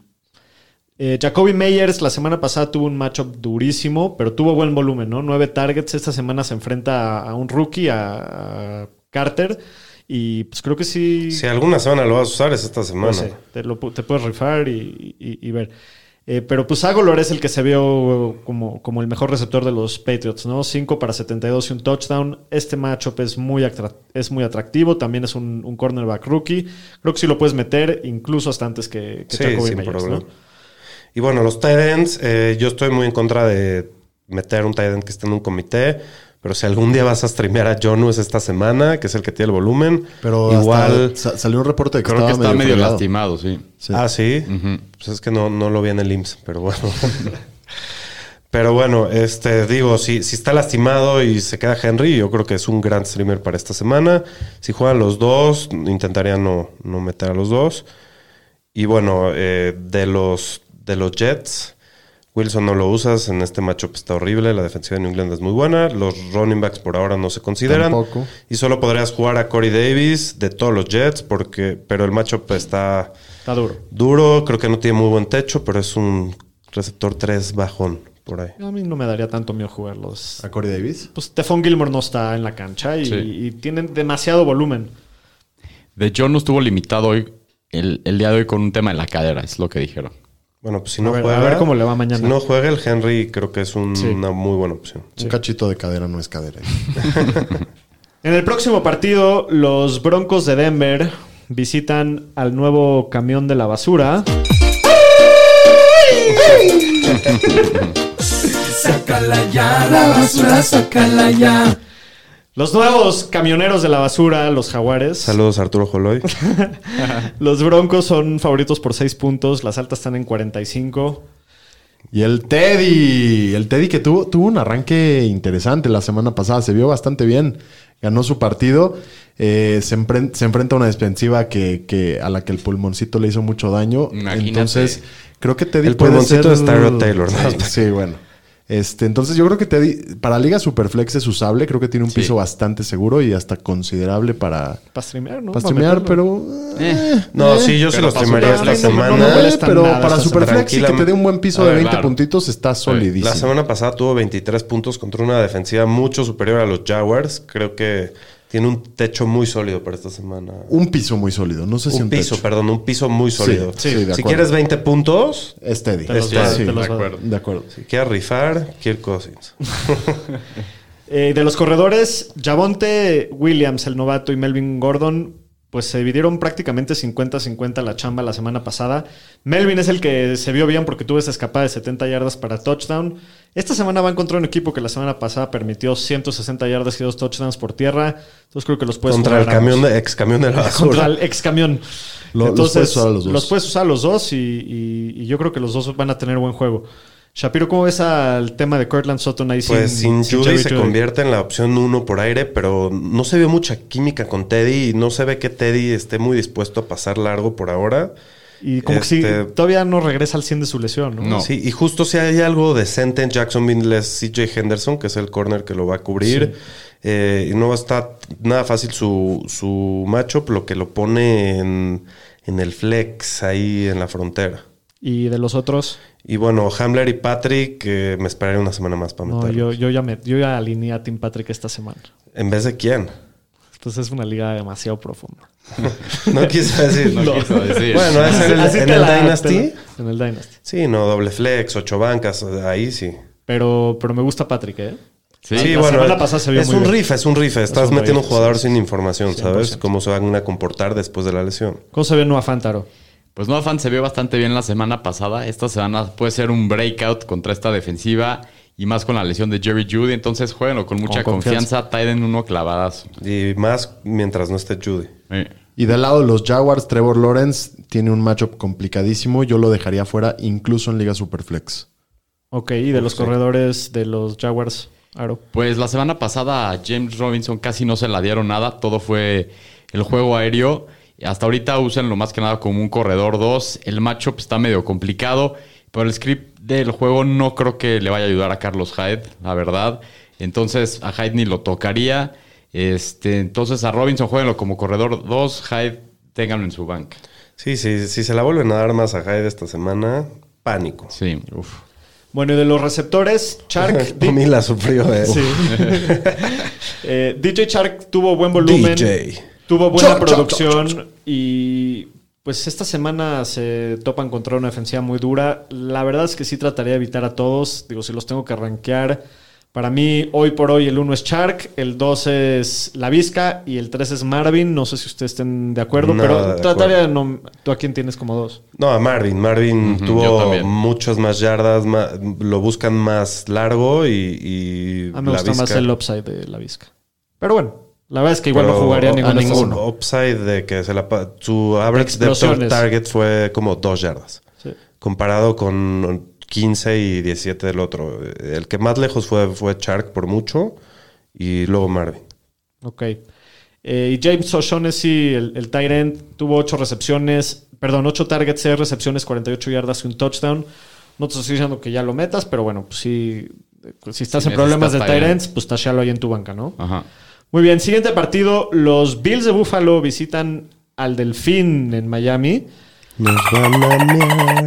Jacoby Meyers la semana pasada tuvo un matchup durísimo, pero tuvo buen volumen, ¿no? 9 targets. Esta semana se enfrenta a un rookie, a Carter. Y pues creo que sí. Si alguna semana lo vas a usar es esta semana. No sé, te puedes rifar y ver. Pero pues Agholor es el que se vio como el mejor receptor de los Patriots, ¿no? 5 para 72 y un touchdown. Este matchup es muy atractivo. También es un cornerback rookie. Creo que sí lo puedes meter, incluso hasta antes que Sí, Jacoby sin Meyers, problema. ¿no? Y bueno, los tight ends, yo estoy muy en contra de meter un tight end que esté en un comité. Pero si algún día vas a streamear a Jonnu es esta semana, que es el que tiene el volumen. Pero igual. salió un reporte de que Creo que estaba está medio fregado. lastimado, sí. Sí. Ah, sí. Pues es que no lo vi en el IMSS, pero bueno. Pero bueno, digo, si está lastimado y se queda Henry, yo creo que es un gran streamer para esta semana. Si juegan los dos, intentaría no meter a los dos. Y bueno, de los Jets, Wilson no lo usas. En este matchup está horrible. La defensiva de New England es muy buena. Los running backs por ahora no se consideran. Tampoco. Y solo podrías jugar a Corey Davis de todos los Jets, pero el matchup está Está duro. duro. Creo que no tiene muy buen techo, pero es un receptor 3 bajón por ahí. A mí no me daría tanto miedo jugarlos. ¿A Corey Davis? Pues Stephon Gilmore no está en la cancha Sí. y tienen demasiado volumen. De John no estuvo limitado hoy, el día de hoy, con un tema en la cadera, es lo que dijeron. Bueno, pues si no ver, juega... a ver cómo le va mañana. Si no juega, el Henry creo que es Sí. una muy buena opción. Un cachito de cadera no es cadera. En el próximo partido, los Broncos de Denver visitan al nuevo camión de la basura. Sácala ya, la basura, sácala ya. Los nuevos camioneros de la basura, los Jaguares. Saludos Arturo Joloy. Los Broncos son favoritos por 6 puntos. Las altas están en 45. Y el Teddy que tuvo un arranque interesante la semana pasada, se vio bastante bien, ganó su partido, se enfrenta a una defensiva a la que el pulmoncito le hizo mucho daño. Imagínate. Entonces creo que Teddy El puede pulmoncito ser... es Tyrod Taylor, ¿no? Sí, bueno. Entonces yo creo que Teddy para Liga Superflex es usable, creo que tiene un Sí. piso bastante seguro y hasta considerable para Streamear, ¿no? streamear, meterlo. pero... No, sí, yo se Pero los para streamearía Superflex esta no me semana. molesta pero nada para esta Superflex y que te dé un buen piso A de ver, 20 claro. puntitos está solidísimo. La semana pasada tuvo 23 puntos contra una defensiva mucho superior a los Jaguars. Creo que tiene un techo muy sólido para esta semana. Un piso muy sólido, no sé si Un un piso, techo. perdón, un piso muy sólido. Sí, de si acuerdo. quieres 20 puntos, Es Teddy. Te los Sí, va- sí, te los de va- acuerdo. De acuerdo. si quieres rifar, Kirk Cousins. De los corredores, Javonte Williams, el novato, y Melvin Gordon pues se dividieron prácticamente 50-50 la chamba la semana pasada. Melvin es el que se vio bien porque tuvo esa escapada de 70 yardas para touchdown. Esta semana va a encontrar un equipo que la semana pasada permitió 160 yardas y 2 touchdowns por tierra. Entonces creo que los puedes Contra el ex camión de la basura. Contra el ex camión. Entonces, los puedes usar a los dos y yo creo que los dos van a tener buen juego. Shapiro, ¿cómo ves al tema de Cortland Sutton ahí pues sin Judy Jerry se Jeudy? convierte en la opción 1 por aire, pero no se ve mucha química con Teddy y no se ve que Teddy esté muy dispuesto a pasar largo por ahora. Y como que sí, todavía no regresa al 100 de su lesión, ¿no? No. Sí, y justo si hay algo decente en Jacksonville es CJ Henderson, que es el corner que lo va a cubrir. Sí. Y no está nada fácil su matchup, lo que lo pone en el flex ahí en la frontera. ¿Y de los otros? Y bueno, Hamler y Patrick, me esperaré una semana más para meterlos. Yo ya alineé a Tim Patrick esta semana. ¿En vez de quién? Pues es una liga demasiado profunda. No quise decir. No quiso decir. Bueno, ¿es en el Dynasty? En el Dynasty. Sí, no, doble flex, 8 bancas, ahí sí. Pero me gusta Patrick, ¿eh? Sí, Sí, la bueno, semana pasada se vio es muy un bien. riff, es un riff. Estás un metiendo riff, un jugador sí. sin información, 100%. ¿sabes? Cómo se van a comportar después de la lesión. ¿Cómo se ve Noah Fantaro? Pues Noah Fant se vio bastante bien la semana pasada. Esta semana puede ser un breakout contra esta defensiva y más con la lesión de Jerry Jeudy. Entonces jueguenlo con mucha confianza. Tyden uno clavadas. Y más mientras no esté Judy. Y del lado de los Jaguars, Trevor Lawrence tiene un matchup complicadísimo. Yo lo dejaría fuera incluso en Liga Superflex. Ok, y de los corredores de los Jaguars, Aro. Pues la semana pasada a James Robinson casi no se la dieron nada. Todo fue el juego aéreo. Hasta ahorita úsenlo más que nada como un corredor 2. El matchup está medio complicado. Pero el script del juego no creo que le vaya a ayudar a Carlos Hyde, la verdad. Entonces a Hyde ni lo tocaría. Entonces a Robinson jueguenlo como corredor 2. Hyde ténganlo en su banca. Sí, si se la vuelven a dar más a Hyde esta semana, pánico. Sí, uf. Bueno, y de los receptores, Chark... Tommy la sufrió, Sí. DJ Chark tuvo buen volumen. Tuvo buena producción y pues esta semana se topan contra una defensiva muy dura. La verdad es que sí trataría de evitar a todos. Digo, si los tengo que rankear. Para mí, hoy por hoy, el 1 es Chark, el 2 es Laviska y el 3 es Marvin. No sé si ustedes estén de acuerdo, pero trataría de no... ¿Tú a quién tienes como 2? No, a Marvin. Marvin tuvo muchas más yardas, lo buscan más largo y a mí me gusta más el upside de Laviska. Pero bueno, la verdad es que igual no jugaría ninguno. Upside de que su average depth of target fue como 2 yardas. Sí. Comparado con 15 y 17 del otro. El que más lejos fue Chark por mucho y luego Marvin. Ok. Y James O'Shaughnessy, el tight end, tuvo 8 targets, 6 recepciones, 48 yardas y un touchdown. No te estoy diciendo que ya lo metas, pero bueno, pues si estás en problemas de tight ends, pues tashéalo ahí en tu banca, ¿no? Ajá. Muy bien, siguiente partido. Los Bills de Buffalo visitan al Delfín en Miami. Nos van a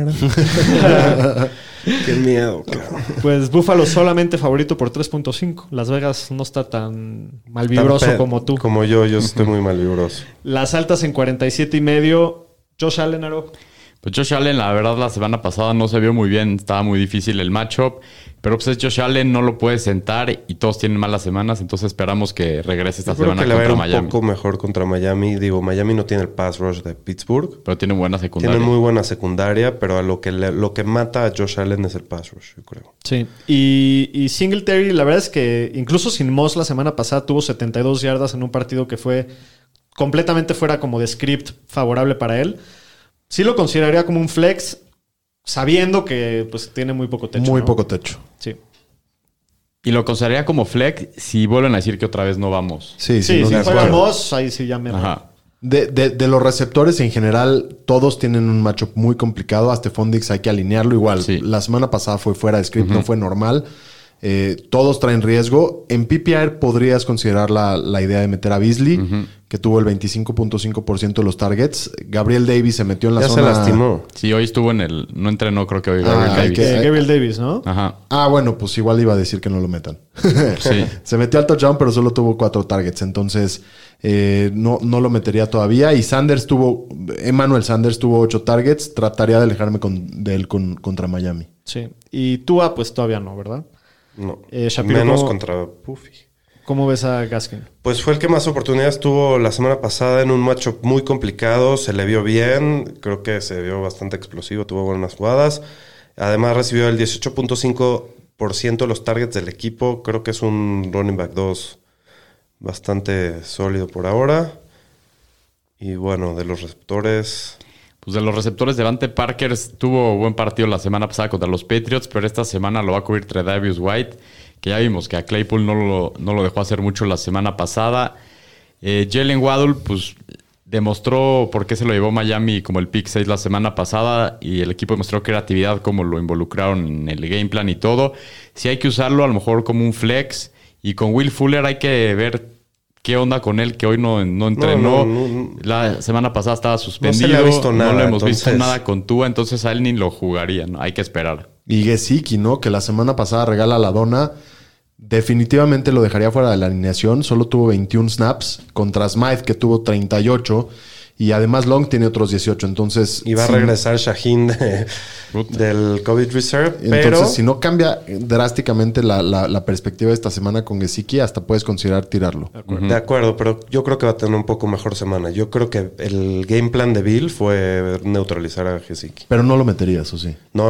mear. Qué miedo, claro. Pues Buffalo solamente favorito por 3.5. Las Vegas no está tan malvibroso como tú. Como yo estoy muy malvibroso. Las altas en 47.5. Josh Allen, Aro. Pues Josh Allen, la verdad, la semana pasada no se vio muy bien. Estaba muy difícil el matchup. Pero pues es Josh Allen, no lo puedes sentar y todos tienen malas semanas. Entonces esperamos que regrese esta semana contra Miami. Miami. Un poco mejor contra Miami. Digo, Miami no tiene el pass rush de Pittsburgh. Pero tiene buena secundaria. Tiene muy buena secundaria, pero a lo que mata a Josh Allen es el pass rush, yo creo. Sí. Y Singletary, la verdad es que incluso sin Moss la semana pasada tuvo 72 yardas en un partido que fue completamente fuera como de script favorable para él. Sí lo consideraría como un flex, sabiendo que pues tiene muy poco techo. Muy poco techo. Sí. Y lo consideraría como flex si vuelven a decir que otra vez no vamos. Sí, si fuera Moss, ahí sí ya me... Ajá. De los receptores en general, todos tienen un matchup muy complicado. A Stephon Diggs hay que alinearlo igual. Sí. La semana pasada fue fuera de script, no fue normal. Todos traen riesgo. En PPR podrías considerar la idea de meter a Beasley, que tuvo el 25.5% de los targets. Gabriel Davis se metió en la zona... Ya se lastimó. Sí, hoy estuvo no entrenó, creo que hoy Gabriel Davis. Gabriel Davis, ¿no? Ajá. Bueno, pues igual iba a decir que no lo metan. Sí. Se metió al touchdown, pero solo tuvo 4 targets. Entonces, no lo metería todavía. Y Emmanuel Sanders tuvo 8 targets. Trataría de alejarme de él contra Miami. Sí. Y Tua, pues todavía no, ¿verdad? No. Shapiro, menos contra Puffy. ¿Cómo ves a Gaskin? Pues fue el que más oportunidades tuvo la semana pasada en un matchup muy complicado. Se le vio bien. Creo que se vio bastante explosivo. Tuvo buenas jugadas. Además recibió el 18.5% de los targets del equipo. Creo que es un running back 2 bastante sólido por ahora. Y bueno, de los receptores... Pues de los receptores, Devante Parker tuvo buen partido la semana pasada contra los Patriots, pero esta semana lo va a cubrir Tre'Davious White, que ya vimos que a Claypool no lo dejó hacer mucho la semana pasada. Jalen Waddle, pues demostró por qué se lo llevó Miami como el pick 6 la semana pasada y el equipo demostró creatividad, como lo involucraron en el game plan y todo. Si hay que usarlo a lo mejor como un flex, y con Will Fuller hay que ver qué onda con él, que hoy no entrenó. No. La semana pasada estaba suspendido. No se le ha visto nada, no lo hemos entonces... visto nada con Tua, entonces a él ni lo jugaría, ¿no? Hay que esperar. Y Gesicki, ¿no? Que la semana pasada regala la dona. Definitivamente lo dejaría fuera de la alineación. Solo tuvo 21 snaps contra Smythe, que tuvo 38. Y además Long tiene otros 18. Entonces... Y va a regresar Shaheen del COVID Reserve. Entonces, pero si no cambia drásticamente la perspectiva de esta semana con Gesicki, hasta puedes considerar tirarlo. de acuerdo, pero yo creo que va a tener un poco mejor semana. Yo creo que el game plan de Bill fue neutralizar a Gesicki. Pero no lo meterías, ¿o sí? No,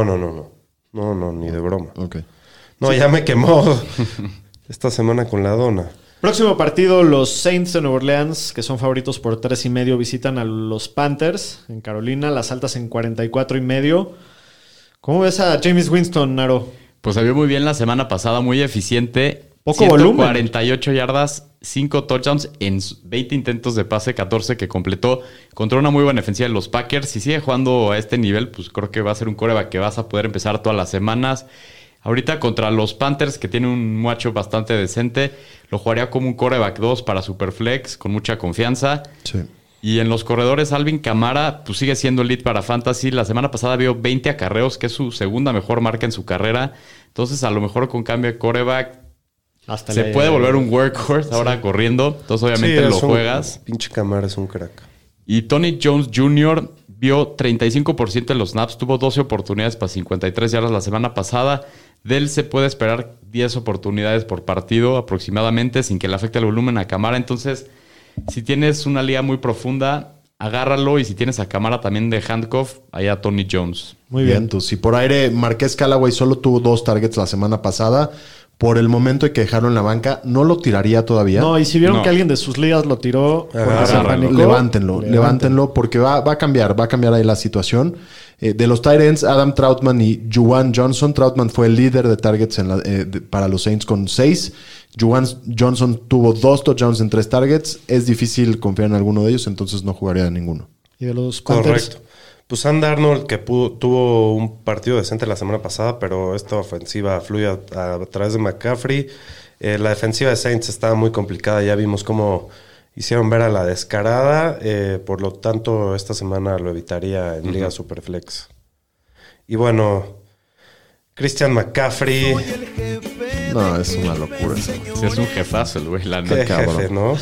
ni de broma. Ok. No, ya me quemó esta semana con la dona. Próximo partido, los Saints de Nueva Orleans, que son favoritos por 3.5, visitan a los Panthers en Carolina, las altas en 44.5. ¿Cómo ves a Jameis Winston, Naro? Pues se vio muy bien la semana pasada, muy eficiente. Poco volumen. 148 yardas, 5 touchdowns en 20 intentos de pase, 14 que completó. Contra una muy buena defensiva de los Packers. Si sigue jugando a este nivel, pues creo que va a ser un quarterback que vas a poder empezar todas las semanas. Ahorita contra los Panthers, que tiene un macho bastante decente, lo jugaría como un quarterback 2 para Superflex, con mucha confianza. Sí. Y en los corredores, Alvin Kamara pues sigue siendo elite para Fantasy. La semana pasada vio 20 acarreos, que es su segunda mejor marca en su carrera. Entonces, a lo mejor con cambio de quarterback Hasta se puede volver un workhorse ahora corriendo. Entonces, obviamente lo juegas. Pinche Camara es un crack. Y Tony Jones Jr. vio 35% de los snaps. Tuvo 12 oportunidades para 53 yardas la semana pasada. De él se puede esperar 10 oportunidades por partido aproximadamente, sin que le afecte el volumen a Kamara. Entonces, si tienes una liga muy profunda, agárralo. Y si tienes a Kamara también de handcuff, ahí a Tony Jones. Muy bien. Entonces, si por aire Marqués Callaway solo tuvo 2 targets la semana pasada, por el momento hay que dejarlo en la banca. No lo tiraría todavía. No, y si vieron No. que alguien de sus ligas lo tiró, porque se Agárralo. panicó, Levántenlo, porque va a cambiar ahí la situación. De los tight ends, Adam Trautman y Juwan Johnson. Trautman fue el líder de targets para los Saints con 6. Juwan Johnson tuvo 2 touchdowns en 3 targets. Es difícil confiar en alguno de ellos, entonces no jugaría a ninguno. Y de los Panthers. Correcto. Pues Andy Arnold, que tuvo un partido decente la semana pasada, pero esta ofensiva fluye a través de McCaffrey. La defensiva de Saints estaba muy complicada. Ya vimos cómo hicieron ver a la descarada. Por lo tanto, esta semana lo evitaría en Liga Superflex. Y bueno, Christian McCaffrey. No, es una locura eso. Sí, es un jefazo el güey, la Qué neta. jefe, ¿no?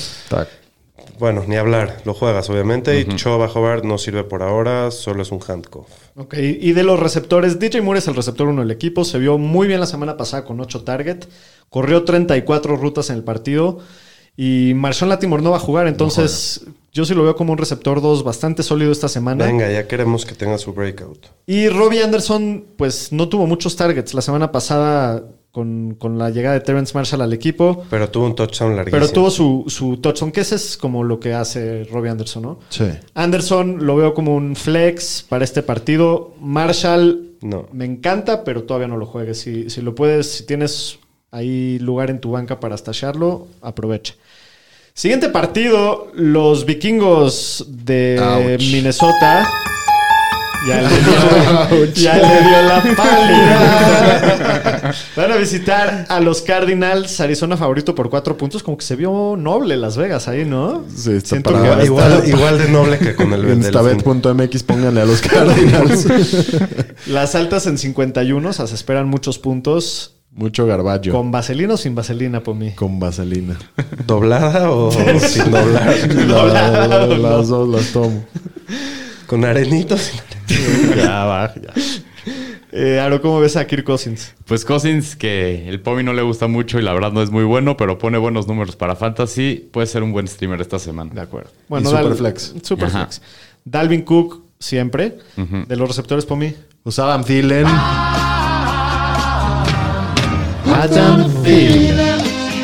Bueno, ni hablar. Lo juegas, obviamente. Y Choba Hobart no sirve por ahora. Solo es un handcuff. Ok, y de los receptores, DJ Moore es el receptor 1 del equipo. Se vio muy bien la semana pasada con 8 targets. Corrió 34 rutas en el partido. Y Marshawn Lattimore no va a jugar. Entonces, yo sí lo veo como un receptor 2 bastante sólido esta semana. Venga, ya queremos que tenga su breakout. Y Robbie Anderson, pues no tuvo muchos targets la semana pasada con la llegada de Terrence Marshall al equipo. Pero tuvo un touchdown larguísimo. Pero tuvo su touchdown, que ese es como lo que hace Robbie Anderson, ¿no? Sí. Anderson lo veo como un flex para este partido. Marshall No. me encanta, pero todavía no lo juegues. Si lo puedes, si tienes ahí lugar en tu banca para stashearlo, aprovecha. Siguiente partido, los vikingos de Ouch. Minnesota. Ya le dio la pálida. Van a visitar a los Cardinals. Arizona favorito por 4 puntos. Como que se vio noble Las Vegas ahí, ¿no? Sí, está Siento para- que va a estar- Igual de noble que con el En Stabet.mx pónganle a los Cardinals. Las altas en 51, o sea, se esperan muchos puntos. Mucho garballo. ¿Con vaselina o sin vaselina, Pomi? Con vaselina. ¿Doblada o sin doblar? Las dos las tomo. ¿Con arenitos? Ya va, ya. Aro, ¿cómo ves a Kirk Cousins? Pues Cousins, que el Pomi no le gusta mucho y la verdad no es muy bueno, pero pone buenos números para Fantasy, puede ser un buen streamer esta semana. De acuerdo. Y Superflex. Superflex. Dalvin Cook, siempre. De los receptores, Pomi. Usaban Thielen. Adam Thielen.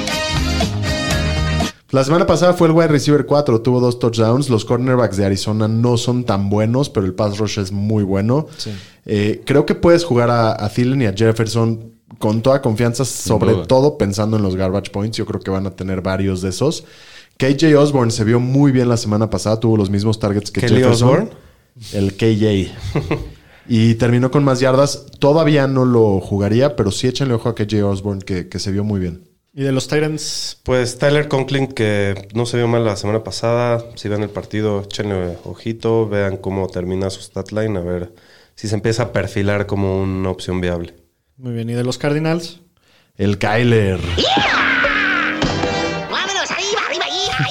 La semana pasada fue el wide receiver 4, tuvo 2 touchdowns. Los cornerbacks de Arizona no son tan buenos, pero el pass rush es muy bueno. Sí. Creo que puedes jugar a Thielen y a Jefferson con toda confianza, sobre todo pensando en los garbage points. Yo creo que van a tener varios de esos. KJ Osborne se vio muy bien la semana pasada, tuvo los mismos targets que ¿Kelly Jefferson. Osborne? El KJ. Y terminó con más yardas. Todavía no lo jugaría, pero sí échenle ojo a KJ Osborne, que se vio muy bien. ¿Y de los Titans? Pues Tyler Conklin, que no se vio mal la semana pasada. Si ven el partido, échenle ojito, vean cómo termina su stat line, a ver si se empieza a perfilar como una opción viable. Muy bien. ¿Y de los Cardinals? El Kyler. ¡Vámonos! ¡Arriba,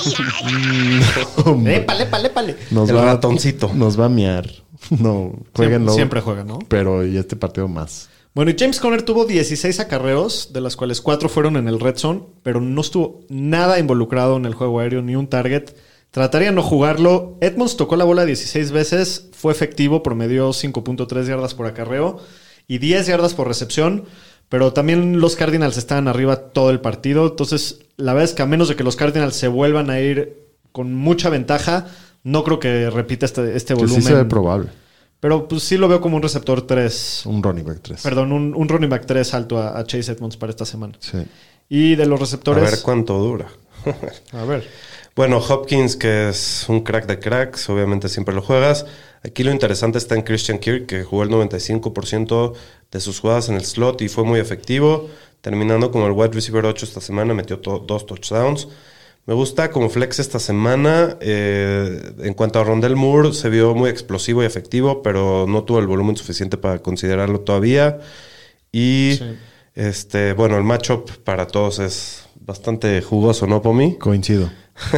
ahí! ¡Épale! Nos El va, ratoncito. Nos va a miar. No, jueguenlo. Siempre juega, ¿no? Pero y este partido más. Bueno, y James Conner tuvo 16 acarreos, de las cuales 4 fueron en el red zone, pero no estuvo nada involucrado en el juego aéreo, ni un target. Trataría no jugarlo. Edmonds tocó la bola 16 veces, fue efectivo, promedió 5.3 yardas por acarreo y 10 yardas por recepción, pero también los Cardinals estaban arriba todo el partido. Entonces, la verdad es que a menos de que los Cardinals se vuelvan a ir con mucha ventaja, no creo que repita este Que volumen. sí se ve probable. Pero pues sí lo veo como un receptor 3. Un running back 3. Perdón, un running back 3 alto a Chase Edmonds para esta semana. Sí. Y de los A receptores... ver cuánto dura. A ver. Bueno, Hopkins, que es un crack de cracks, obviamente siempre lo juegas. Aquí lo interesante está en Christian Kirk, que jugó el 95% de sus jugadas en el slot y fue muy efectivo. Terminando como el wide receiver 8 esta semana, metió 2 touchdowns. Me gusta como flex esta semana. En cuanto a Rondell Moore, se vio muy explosivo y efectivo, pero no tuvo el volumen suficiente para considerarlo todavía. Y bueno, el matchup para todos es bastante jugoso, ¿no, Pomi? Coincido.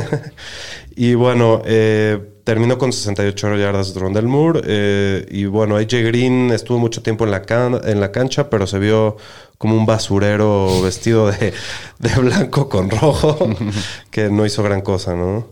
Y bueno, terminó con 68 yardas de Rondell Moore. Y bueno, AJ Green estuvo mucho tiempo en la cancha, pero se vio como un basurero vestido de blanco con rojo, que no hizo gran cosa, ¿no?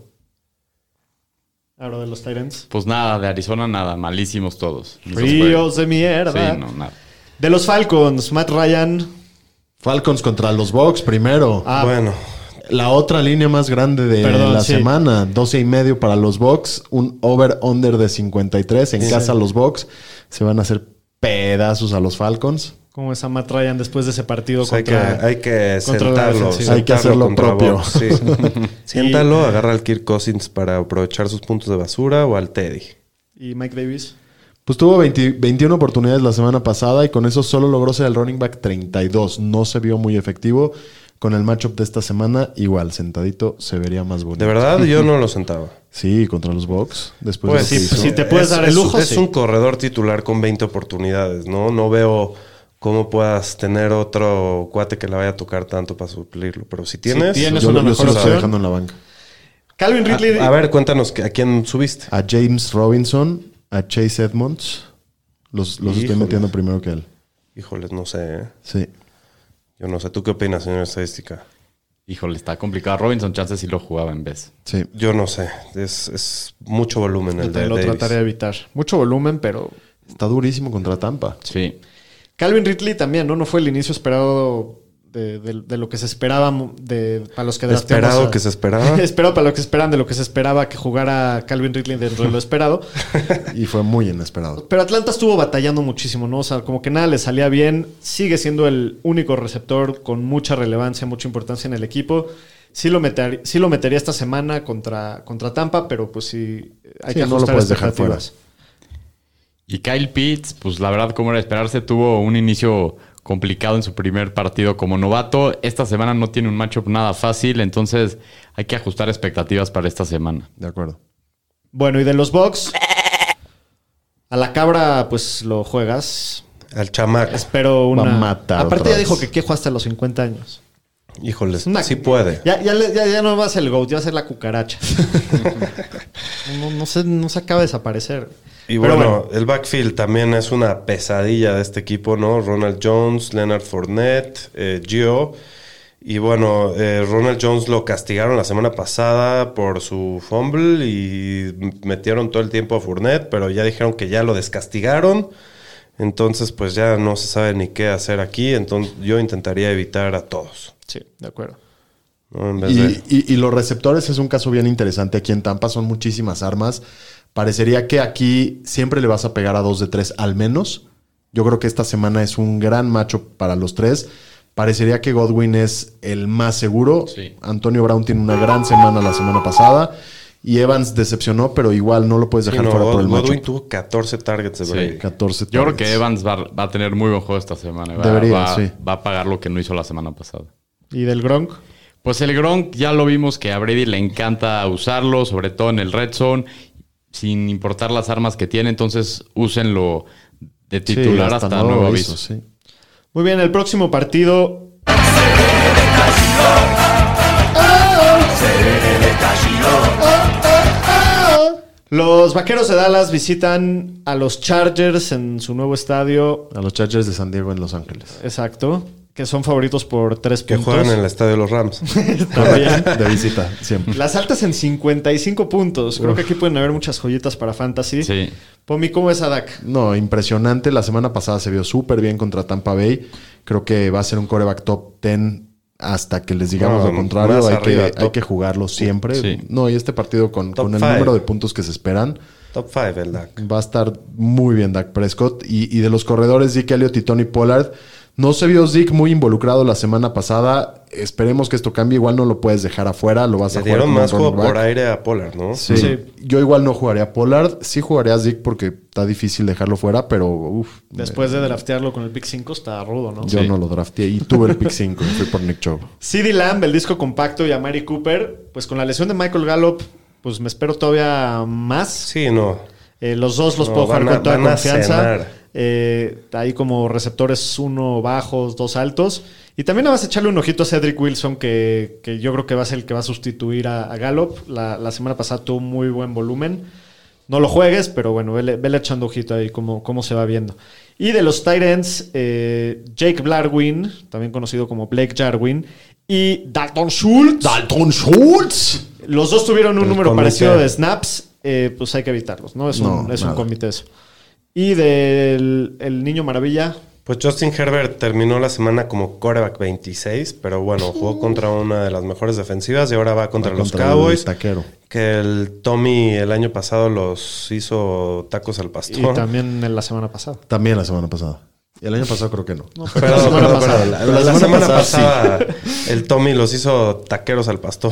Ahora de los Titans. Pues nada, de Arizona nada, malísimos todos. Fríos de mierda. Sí, no, nada. De los Falcons, Matt Ryan. Falcons contra los Bucks primero. Bueno, La otra línea más grande de la semana, 12.5 para los Bucks, un over-under de 53. En casa los Bucks se van a hacer pedazos a los Falcons. ¿Cómo es a Matt Ryan después de ese partido pues contra... hay que contra la sentarlo. defensiva. Hay que hacerlo contra propio. Bucks, sí. Siéntalo, agarra al Kirk Cousins para aprovechar sus puntos de basura o al Teddy. ¿Y Mike Davis? Pues tuvo 21 oportunidades la semana pasada y con eso solo logró ser el running back 32. No se vio muy efectivo. Con el matchup de esta semana, igual, sentadito, se vería más bonito. De verdad, yo no lo sentaba. Sí, contra los Bucks. Después Pues de lo que sí, hizo. si te puedes dar el lujo, es sí. un corredor titular con 20 oportunidades, ¿no? No veo cómo puedas tener otro cuate que le vaya a tocar tanto para suplirlo. Pero si tienes... tienes Yo una sí mejor lo estoy opción. dejando en la banca. Calvin Ridley. A ver, cuéntanos a quién subiste. A James Robinson, a Chase Edmonds. Los estoy Híjole. metiendo primero que él. Híjoles, no sé, ¿eh? Sí. Yo no sé. ¿Tú qué opinas, señor estadística? Híjole, está complicado. Robinson chances sí lo jugaba en vez. Sí. Yo no sé. Es mucho volumen Yo el de también lo Davis. trataré de evitar. Mucho volumen, pero... Está durísimo contra Tampa. Sí. Calvin Ridley también, ¿no? No fue el inicio esperado de lo que se esperaba para los que drafteamos Esperado a- que se esperaba. Esperado para lo que se esperan de lo que se esperaba que jugara Calvin Ridley dentro de lo esperado. Y fue muy inesperado. Pero Atlanta estuvo batallando muchísimo, ¿no? O sea, como que nada le salía bien. Sigue siendo el único receptor con mucha relevancia, mucha importancia en el equipo. Sí lo metería esta semana contra Tampa, pero pues sí hay Sí, que no lo ajustar puedes dejar expectativas. Y Kyle Pitts, pues la verdad, como era de esperarse, tuvo un inicio complicado en su primer partido como novato. Esta semana no tiene un matchup nada fácil, entonces hay que ajustar expectativas para esta semana. De acuerdo. Bueno, y de los Bucks, a la cabra pues lo juegas. Al chamaco. Espero una... Va a matar Aparte otra ya vez. dijo que quejo hasta los 50 años. Híjoles, Una- sí puede. Ya no va a ser el GOAT, ya va a ser la cucaracha. no se acaba de desaparecer. Y Pero bueno, el backfield también es una pesadilla de este equipo, ¿no? Ronald Jones, Leonard Fournette, Gio. Y bueno, Ronald Jones lo castigaron la semana pasada por su fumble y metieron todo el tiempo a Fournette, pero ya dijeron que ya lo descastigaron. Entonces, pues ya no se sabe ni qué hacer aquí. Entonces, yo intentaría evitar a todos, Sí, de acuerdo. ¿no? En vez de... Y los receptores es un caso bien interesante. Aquí en Tampa son muchísimas armas. Parecería que aquí siempre le vas a pegar a 2 de 3 al menos. Yo creo que esta semana es un gran macho para los tres. Parecería que Godwin es el más seguro. Sí. Antonio Brown tiene una gran semana la semana pasada. Y Evans decepcionó, pero igual no lo puedes Sí, dejar no, fuera por el Godwin macho. tuvo 14 targets de Sí. Brady. 14 Yo creo que targets. Evans va a tener muy buen juego esta semana. Debería, sí. Va a pagar lo que no hizo la semana pasada. ¿Y del Gronk? Pues el Gronk ya lo vimos que a Brady le encanta usarlo, sobre todo en el red zone, sin importar las armas que tiene. Entonces úsenlo de titular hasta nuevo aviso. Sí. Muy bien, el próximo partido. Los Vaqueros de Dallas visitan a los Chargers en su nuevo estadio. A los Chargers de San Diego en Los Ángeles. Exacto. Que son favoritos por 3 Que puntos. juegan en el estadio de los Rams. También. De visita, siempre. Las altas en 55 puntos. Creo que aquí pueden haber muchas joyitas para fantasy. Sí. Pomi, ¿cómo es a Dak? No, impresionante. La semana pasada se vio súper bien contra Tampa Bay. Creo que va a ser un quarterback top 10 hasta que les digamos No, lo contrario. más Hay arriba, que, top. hay que jugarlo siempre. Sí. No, y este partido con Top el five. número de puntos que se esperan Top 5 el Dak. va a estar muy bien Dak Prescott. Y de los corredores, Zeke Elliott y Tony Pollard. No se vio Zeke muy involucrado la semana pasada. Esperemos que esto cambie. Igual no lo puedes dejar afuera. Lo vas Le a jugar dieron como más un juego running por back. aire a Pollard, ¿no? Sí. Sí. Yo igual no jugaría a Pollard. Sí jugaría a Zeke porque está difícil dejarlo fuera, pero uff. Después de draftearlo con el pick 5 está rudo, ¿no? Yo Sí. no lo drafteé y tuve el pick 5 y fui por Nick Chubb. CeeDee Lamb, el disco compacto, y Amari Cooper. Pues con la lesión de Michael Gallup, pues me espero todavía más. Sí, no. Los dos los No, puedo jugar van a- con toda van a confianza. cenar. Ahí como receptores 1 bajos, 2 altos. Y también vas a echarle un ojito a Cedric Wilson, que yo creo que va a ser el que va a sustituir a Gallup. La semana pasada tuvo muy buen volumen. No lo juegues, pero bueno, vele echando ojito ahí cómo se va viendo. Y de los tight ends, Jake Blarwin, también conocido como Blake Jarwin, y Dalton Schultz. ¡Dalton Schultz! Los dos tuvieron un El número comité. parecido de snaps, pues hay que evitarlos, ¿no? Es un nada. comité eso. Y del el Niño Maravilla, Pues Justin Herbert terminó la semana como quarterback 26, pero bueno, jugó contra una de las mejores defensivas y ahora va contra los Contra el Cowboys. taquero. Que el Tommy el año pasado los hizo tacos al y pastor. también en la semana pasada. También la semana pasada. Y el año pasado creo que no. Pero, La semana pero pasada. la semana pasada el Tommy los hizo taqueros al pastor.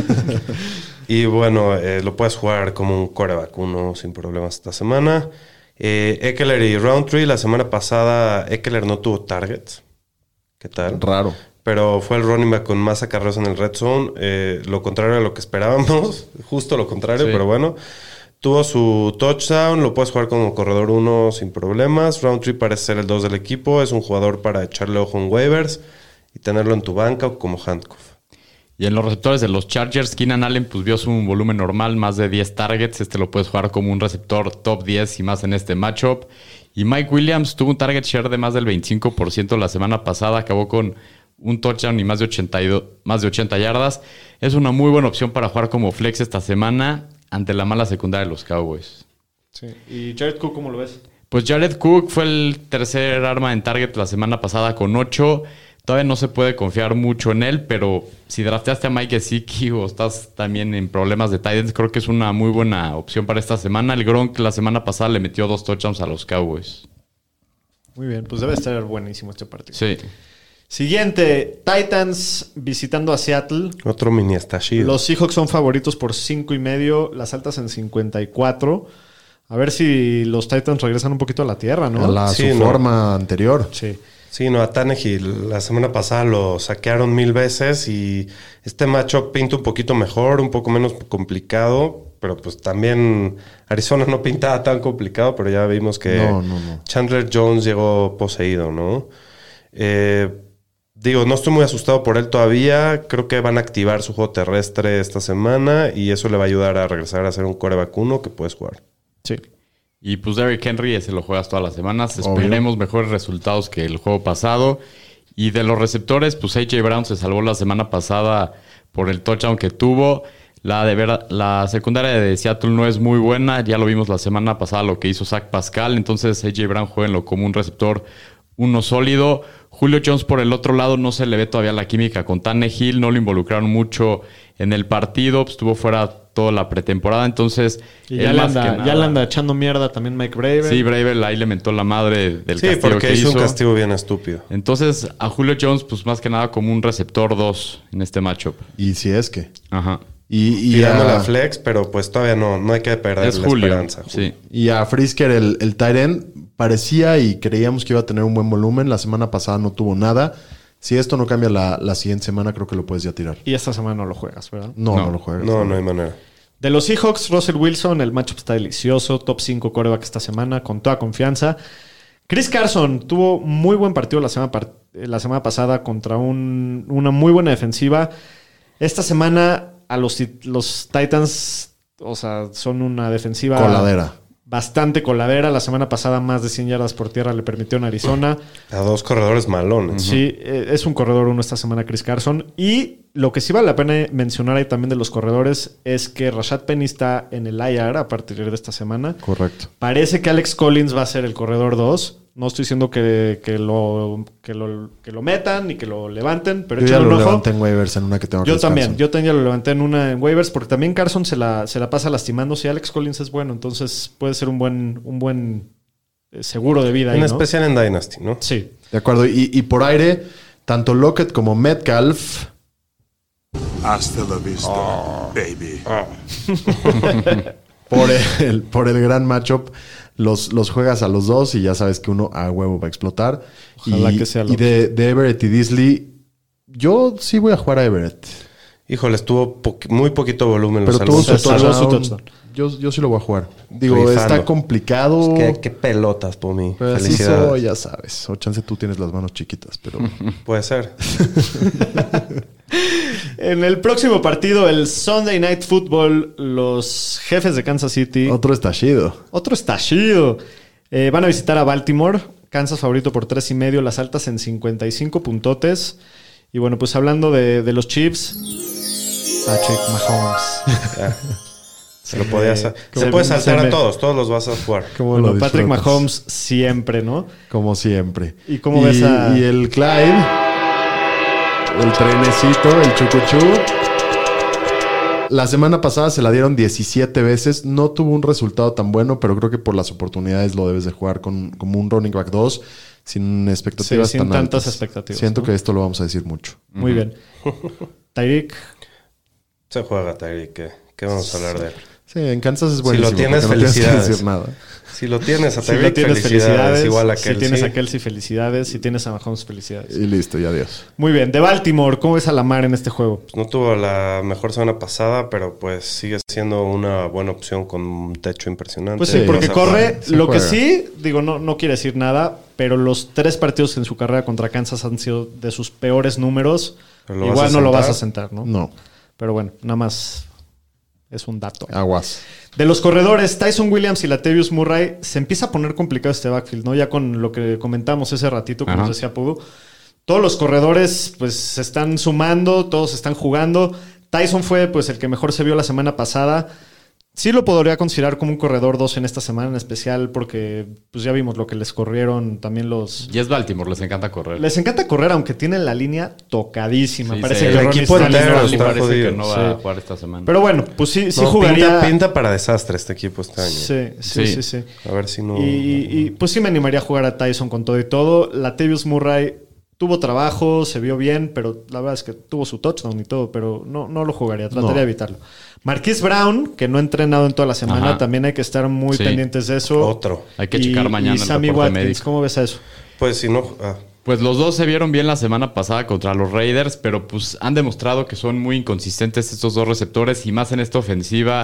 Y bueno, lo puedes jugar como un quarterback uno sin problemas esta semana. Eckler y Roundtree, la semana pasada Eckler no tuvo targets. ¿Qué tal? Raro. Pero fue el running back con más acarreos en el red zone. Lo contrario a lo que esperábamos. Justo lo contrario, Sí. pero bueno. Tuvo su touchdown. Lo puedes jugar como corredor 1 sin problemas. Roundtree parece ser el 2 del equipo. Es un jugador para echarle ojo en waivers y tenerlo en tu banca o como handcuff. Y en los receptores de los Chargers, Keenan Allen pues vio su volumen normal, más de 10 targets. Este lo puedes jugar como un receptor top 10 y más en este matchup. Y Mike Williams tuvo un target share de más del 25% la semana pasada. Acabó con un touchdown y más de 80 yardas. Es una muy buena opción para jugar como flex esta semana ante la mala secundaria de los Cowboys. Sí. ¿Y Jared Cook cómo lo ves? Pues Jared Cook fue el tercer arma en target la semana pasada con 8. Todavía no se puede confiar mucho en él, pero si drafteaste a Mike Gesicki o estás también en problemas de tight ends, creo que es una muy buena opción para esta semana. El Gronk la semana pasada le metió 2 touchdowns a los Cowboys. Muy bien, pues debe estar buenísimo este partido. Sí. Siguiente, Titans visitando a Seattle. Otro mini estallido. Los Seahawks son favoritos por 5.5, las altas en 54. A ver si los Titans regresan un poquito a la tierra, ¿no? A Sí, su no. forma anterior. Sí. Sí, no, a Tannehill la semana pasada lo saquearon 1000 veces y este matchup pinta un poquito mejor, un poco menos complicado, pero pues también Arizona no pintaba tan complicado, pero ya vimos que No. Chandler Jones llegó poseído, ¿no? Digo, no estoy muy asustado por él todavía. Creo que van a activar su juego terrestre esta semana y eso le va a ayudar a regresar a ser un quarterback 1 que puedes jugar. Sí. Y pues Derrick Henry se lo juegas todas las semanas. Esperemos mejores resultados que el juego pasado. Y de los receptores, pues A.J. Brown se salvó la semana pasada por el touchdown que tuvo. La secundaria de Seattle no es muy buena. Ya lo vimos la semana pasada lo que hizo Zach Pascal. Entonces A.J. Brown jueguenlo como un receptor uno sólido. Julio Jones por el otro lado no se le ve todavía la química con Tannehill. No lo involucraron mucho en el partido. Pues, estuvo fuera toda la pretemporada. Entonces Y ya le anda echando mierda también Mike Bravel. Sí, Bravel ahí le mentó la madre del Sí, castigo porque que hizo hizo. un castigo bien estúpido. Entonces, a Julio Jones, pues más que nada como un receptor 2 en este matchup. Y si es que. Ajá. Y Tirando la a, flex, pero pues todavía no hay que perder Es la Julio. esperanza. Sí. y a Frisker, el tight end, parecía y creíamos que iba a tener un buen volumen. La semana pasada no tuvo nada. Si esto no cambia la siguiente semana, creo que lo puedes ya tirar. Y esta semana no lo juegas, ¿verdad? No lo juegas. No hay manera. De los Seahawks, Russell Wilson, el matchup está delicioso. Top 5 quarterback esta semana, con toda confianza. Chris Carson tuvo muy buen partido la semana pasada contra una muy buena defensiva. Esta semana a los Titans, o sea, son una defensiva Coladera. bastante coladera. La semana pasada más de 100 yardas por tierra le permitió en Arizona. A dos corredores malones. Sí, es un corredor uno esta semana Chris Carson. Y lo que sí vale la pena mencionar ahí también de los corredores es que Rashad Penny está en el IR a partir de esta semana. Correcto. Parece que Alex Collins va a ser el corredor 2. No estoy diciendo que lo metan ni que lo levanten, pero Yo ya échale lo un ojo. levanté en waivers en una que tengo que Yo descansar. también. Yo también lo levanté en waivers porque también Carson se la pasa lastimando. Si Alex Collins es bueno, entonces puede ser un buen seguro de vida ahí, En ¿no? especial en Dynasty, ¿no? Sí. De acuerdo. Y por aire, tanto Lockett como Metcalf. Hasta la vista, baby. Por el gran matchup, los juegas a los dos y ya sabes que uno a huevo va a explotar. Ojalá y, que sea y de Everett y Disley, yo sí voy a jugar a Everett. Híjole, estuvo muy poquito volumen. Pero los tuvo su salvó. salvó su touchdown. touchdown. Yo sí lo voy a jugar. Digo, Rifando. está complicado. Qué pelotas, Pumi. Pero así Felicidades. soy, ya sabes. O chance tú tienes las manos chiquitas, pero... Puede ser. En el próximo partido, el Sunday Night Football, los Jefes de Kansas City. Otro estallido. Otro estallido. Van a visitar a Baltimore. Kansas favorito por 3.5. Las altas en 55 puntotes. Y bueno, pues hablando de los Chiefs, Patrick Mahomes. Se lo podía hacer. se- Se puede saltar se me- a todos los vas a jugar. ¿Cómo Bueno, lo Patrick disfrutas? Mahomes siempre, ¿no? Como siempre. ¿Y cómo ves a- Y el Clyde, el trenecito, el chucuchú. La semana pasada se la dieron 17 veces. No tuvo un resultado tan bueno, pero creo que por las oportunidades lo debes de jugar como un running back 2, sin expectativas Sí, sin tan tantas altas. expectativas, Siento ¿no? que esto lo vamos a decir mucho. Muy bien. Tyreek. Se juega, Tyreek. ¿Qué vamos a hablar de él? Sí, en Kansas es Si buenísimo. lo tienes, porque no tienes que felicidades. decir nada. Si lo tienes a Si lo Tyreek, tienes, felicidades. felicidades. Igual a Si Kelsey. tienes a Kelsey, felicidades. Si tienes a Mahomes, felicidades. Y listo, y adiós. Muy bien. De Baltimore, ¿cómo ves a Lamar en este juego? No tuvo la mejor semana pasada, pero pues sigue siendo una buena opción con un techo impresionante. Pues sí, Sí, porque Vas a jugar. corre. se Lo que juega. sí, digo, no quiere decir nada, pero los 3 partidos en su carrera contra Kansas han sido de sus peores números. Pero lo vas Igual a no lo sentar. vas a sentar, ¿no? No, Pero bueno, nada más es un dato. aguas. De los corredores, Tyson Williams y Latavius Murray, se empieza a poner complicado este backfield, ¿no? Ya con lo que comentamos ese ratito, como Ajá. nos decía Pudu. Todos los corredores, pues, se están sumando, todos están jugando. Tyson fue, pues, el que mejor se vio la semana pasada. Sí lo podría considerar como un corredor 2 en esta semana en especial porque, pues, ya vimos lo que les corrieron también los... Y es Baltimore, les encanta correr. Les encanta correr, aunque tienen la línea tocadísima. Sí, Parece sí, que el Ronnie equipo Stanley entero no- está parece jodido. que no va a Sí. jugar esta semana. Pero bueno, pues sí No, jugaría... pinta para desastre este equipo este año. Sí. A ver si no... Y pues sí me animaría a jugar a Tyson con todo y todo. Latavius Murray tuvo trabajo, se vio bien, pero la verdad es que tuvo su touchdown y todo, pero no lo jugaría, trataría No. de evitarlo. Marquise Brown, que no ha entrenado en toda la semana, Ajá. también hay que estar muy Sí. pendientes de eso. Otro. Hay que checar mañana y el Sammy reporte Watkins, médico. ¿cómo ves a eso? Pues si no... Pues los dos se vieron bien la semana pasada contra los Raiders, pero pues han demostrado que son muy inconsistentes estos dos receptores y más en esta ofensiva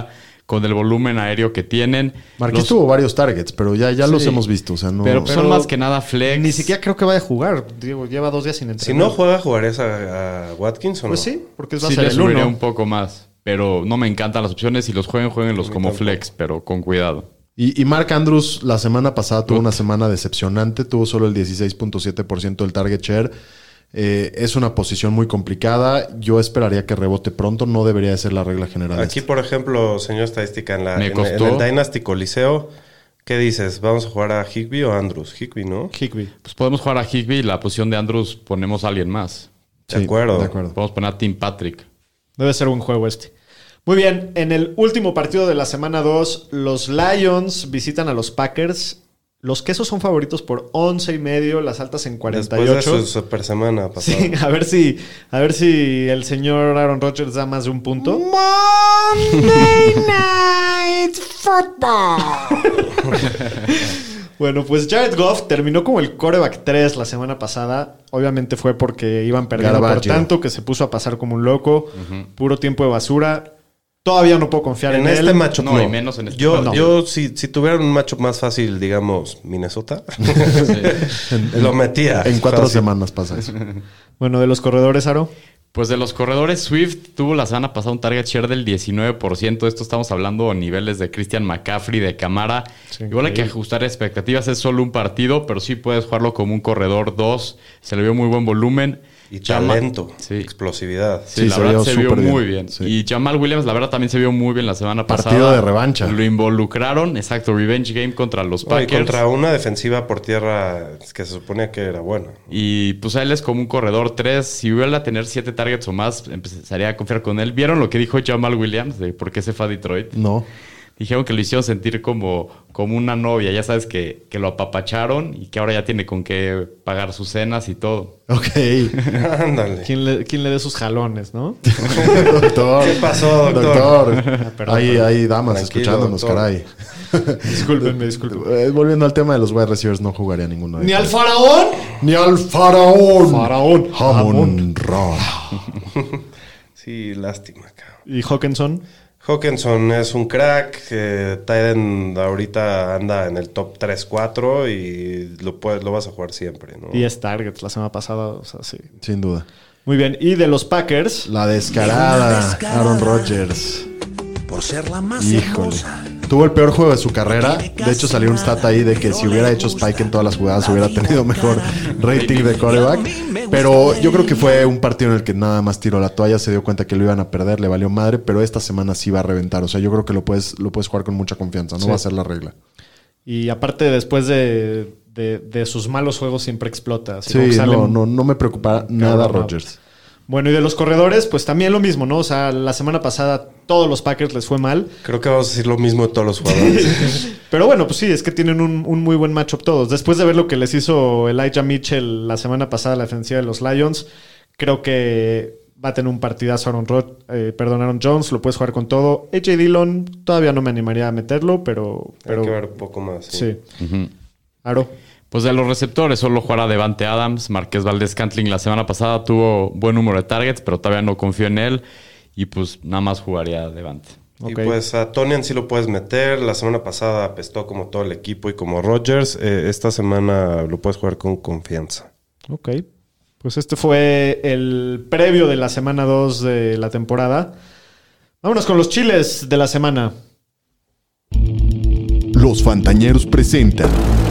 con el volumen aéreo que tienen. Marquis tuvo varios targets, pero ya los hemos visto. O sea, no. Pero son más que nada flex. Ni siquiera creo que vaya a jugar. Digo, lleva 2 días sin entrenar. Si no juega, ¿jugarías a Watkins o no? Pues sí, porque va a Sí ser le el subiría 1. un poco más. Pero no me encantan las opciones. Si los jueguenlos como flex, pero con cuidado. Y Mark Andrews la semana pasada tuvo una semana decepcionante. Tuvo solo el 16.7% del target share. Es una posición muy complicada. Yo esperaría que rebote pronto. No debería de ser la regla general. Aquí, por ejemplo, señor estadística, en costó. el Dynasty Coliseo, ¿qué dices? ¿Vamos a jugar a Higbee o a Andrews? Higbee, ¿no? Higbee. Pues podemos jugar a Higbee y la posición de Andrews ponemos a alguien más. De acuerdo. Podemos poner a Tim Patrick. Debe ser un juego este. Muy bien, en el último partido de la semana 2, los Lions visitan a los Packers. Los quesos son favoritos por 11.5, las altas en 48. Después de su super semana pasada. Sí, a ver si el señor Aaron Rodgers da más de un punto. Monday Night Football. Bueno, pues Jared Goff terminó como el quarterback 3 la semana pasada. Obviamente fue porque iban perdiendo por tanto que se puso a pasar como un loco. Puro tiempo de basura. Todavía no puedo confiar en él. En este matchup No, y menos en este Yo, matchup. si tuvieran un matchup más fácil, digamos, Minnesota, lo metía. En 4 fácil. semanas pasa eso. Bueno, de los corredores, Aro. Pues de los corredores, Swift tuvo la semana pasada un target share del 19%. Esto estamos hablando niveles de Christian McCaffrey, de Camara. Sí, Igual hay que ajustar expectativas. Es solo un partido, pero sí puedes jugarlo como un corredor 2. Se le vio muy buen volumen. Y talento, Sí. explosividad. Sí, Sí, la se verdad vio se vio súper muy bien. bien. Sí. Y Jamal Williams, la verdad, también se vio muy bien la semana pasada. Partido de revancha. Lo involucraron, exacto, revenge game contra los Y Packers. contra una defensiva por tierra que se suponía que era buena. Y pues a él es como un corredor 3. Si vuelve a tener 7 targets o más, empezaría a confiar con él. ¿Vieron lo que dijo Jamal Williams de por qué se fue a Detroit? No. Dijeron que lo hicieron sentir como una novia. Ya sabes que lo apapacharon y que ahora ya tiene con qué pagar sus cenas y todo. Ok. Ándale. ¿Quién le dé sus jalones, no? Doctor. ¿Qué pasó, doctor? Perdón, Hay damas Tranquilo, escuchándonos, doctor. caray. Discúlpenme. Volviendo al tema de los wide receivers, no jugaría ninguno de ¿Ni ellos. al faraón? Ni al faraón. Faraón. Jamón Ra. Sí, lástima, cabrón. ¿Y Hawkinson? Hawkinson es un crack. Tight end ahorita anda en el top 3-4 y lo vas a jugar siempre, ¿no? 10 targets la semana pasada, o sea, sí. Sin duda. Muy bien, y de los Packers, La descarada. Aaron Rodgers. Por ser la más Híjole. hermosa. Tuvo el peor juego de su carrera. De hecho, salió un stat ahí de que si hubiera hecho Spike en todas las jugadas, hubiera tenido mejor rating de quarterback. Pero yo creo que fue un partido en el que nada más tiró la toalla, se dio cuenta que lo iban a perder, le valió madre, pero esta semana sí va a reventar. O sea, yo creo que lo puedes jugar con mucha confianza, no Sí. va a ser la regla. y aparte después de sus malos juegos siempre explota. Así como Sí, que sale no me preocupa nada cabrón. Rodgers. Bueno, y de los corredores, pues también lo mismo, ¿no? O sea, la semana pasada todos los Packers les fue mal. Creo que vamos a decir lo mismo de todos los jugadores. Pero bueno, pues sí, es que tienen un muy buen matchup todos. Después de ver lo que les hizo Elijah Mitchell la semana pasada a la defensiva de los Lions, creo que va a tener un partidazo Aaron Jones, lo puedes jugar con todo. AJ Dillon todavía no me animaría a meterlo, pero Hay que ver un poco más. sí. Aro. Pues de los receptores, solo jugará Devante Adams. Marqués Valdez-Scantling la semana pasada tuvo buen número de targets, pero todavía no confío en él. Y pues nada más jugaría Devante. Y Ok. pues a Tonian sí lo puedes meter. La semana pasada apestó como todo el equipo y como Rodgers. Esta semana lo puedes jugar con confianza. Ok. Pues este fue el previo de la semana 2 de la temporada. Vámonos con los chiles de la semana. Los Fantañeros presentan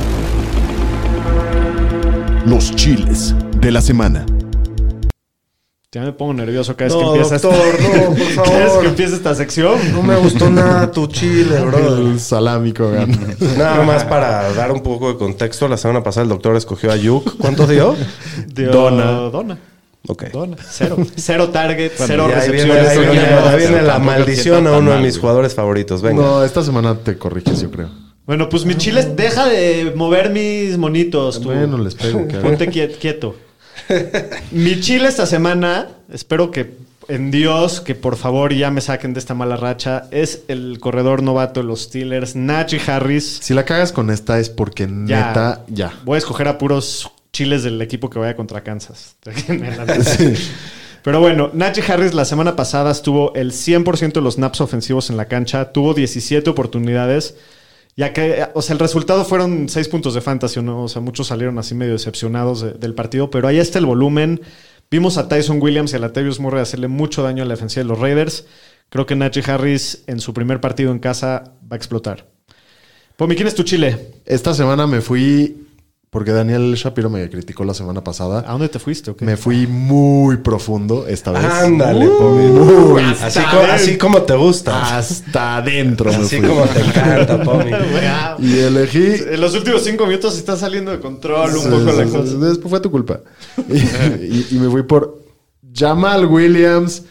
los chiles de la semana. Ya me pongo nervioso cada vez No, que empieza doctor, no, por favor. cada vez que empieza esta sección. No me gustó nada tu chile, bro. El salámico gana. Nada más para dar un poco de contexto. La semana pasada el doctor escogió a Yuk. ¿Cuánto dio? Dona. Ok. Dona. Cero target, Bueno, cero ya ahí recepciones. ahí viene la tampoco maldición siento a tan uno de mal, mis güey. jugadores favoritos. Venga. No, esta semana te corriges, yo creo. Bueno, pues mis chiles, deja de mover mis monitos. Tú. Bueno, les pego. ¿qué hago? Ponte quieto. Mi chile esta semana, espero que en Dios, que por favor ya me saquen de esta mala racha, es el corredor novato de los Steelers, Najee Harris. Si la cagas con esta es porque neta, ya. Voy a escoger a puros chiles del equipo que vaya contra Kansas. Sí. Pero bueno, Najee Harris la semana pasada estuvo el 100% de los snaps ofensivos en la cancha. Tuvo 17 oportunidades. Ya que, o sea, el resultado fueron 6 puntos de fantasy, ¿no? O sea, muchos salieron así medio decepcionados del partido. Pero ahí está el volumen. Vimos a Tyson Williams y a Latavius Murray hacerle mucho daño a la defensiva de los Raiders. Creo que Najee Harris en su primer partido en casa va a explotar. Pomi, ¿quién es tu chile? Esta semana me fui, porque Daniel Shapiro me criticó la semana pasada. ¿A dónde te fuiste? Okay. Me fui muy profundo esta vez. Ándale, Pomi. Muy. Así como te gusta. Hasta adentro me Así fui. como te encanta, Pomi. Y elegí... En los últimos 5 minutos está saliendo de control un poco la cosa. Después fue tu culpa. y me fui por Jamal Williams,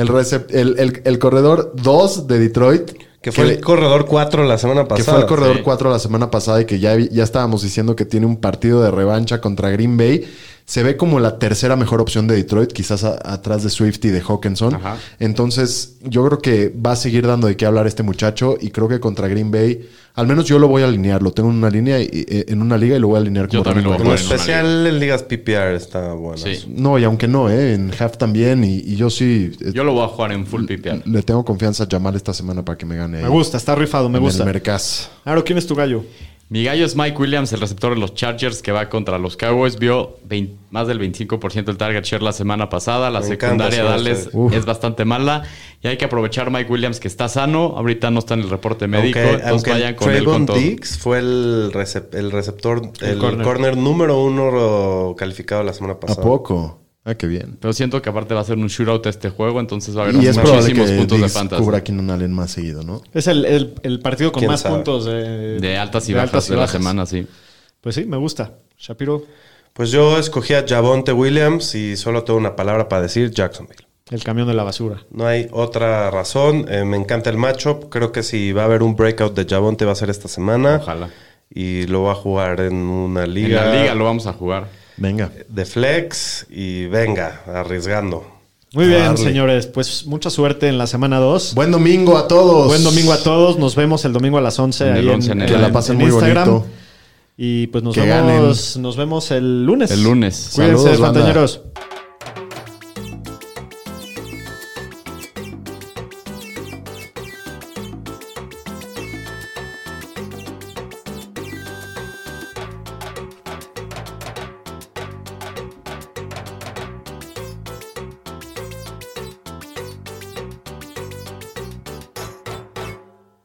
el corredor 2 de Detroit. Que fue el corredor 4 la semana pasada. Que fue el corredor 4 la semana pasada y que ya estábamos diciendo que tiene un partido de revancha contra Green Bay. Se ve como la tercera mejor opción de Detroit, quizás atrás de Swift y de Hawkinson. Ajá. Entonces, yo creo que va a seguir dando de qué hablar este muchacho y creo que contra Green Bay, al menos yo lo voy a alinear. Lo tengo en una línea en una liga y lo voy a alinear como Yo también lo voy a En poner especial en ligas PPR está bueno. Sí. No, y aunque no, en half también. Y yo sí Yo lo voy a jugar en full PPR. le tengo confianza a Jamal esta semana para que me gane. Me gusta, está rifado, me en gusta. el Mercaz. Aro, ¿quién es tu gallo? Mi gallo es Mike Williams, el receptor de los Chargers que va contra los Cowboys. Vio más del 25% del target share la semana pasada. La Me secundaria de encanta, Dallas sí, es bastante mala. Y hay que aprovechar Mike Williams que está sano. Ahorita no está en el reporte médico. Entonces vayan con él con Trayvon todo. Diggs fue el receptor, el corner. corner número 1 calificado la semana ¿A pasada. poco? Ah, qué bien. Pero siento que aparte va a ser un shootout este juego. Entonces va a haber Y es probable muchísimos que puntos de Diggs fantasy. cubra a Keenan Allen más seguido, ¿no? Es el partido con ¿Quién más sabe? puntos De altas y de bajas altas y de la bajas. semana, sí. Pues sí, me gusta. Shapiro, Pues yo escogí a Javonte Williams y solo tengo una palabra para decir: Jacksonville. el camión de la basura. No hay otra razón. Me encanta el matchup. Creo que si va a haber un breakout de Javonte va a ser esta semana. Ojalá. Y lo va a jugar en una En liga. la liga lo vamos a jugar. Venga. De flex y venga, arriesgando. Muy bien, Darle. señores. Pues mucha suerte en la semana 2. Buen domingo a todos. Buen domingo a todos. Nos vemos el domingo a las 11 En el ahí 11 en el- Que la pasen en muy Instagram. bonito. Y pues nos Que vemos el lunes. El lunes. Cuídense, Saludos, banda. fantañeros.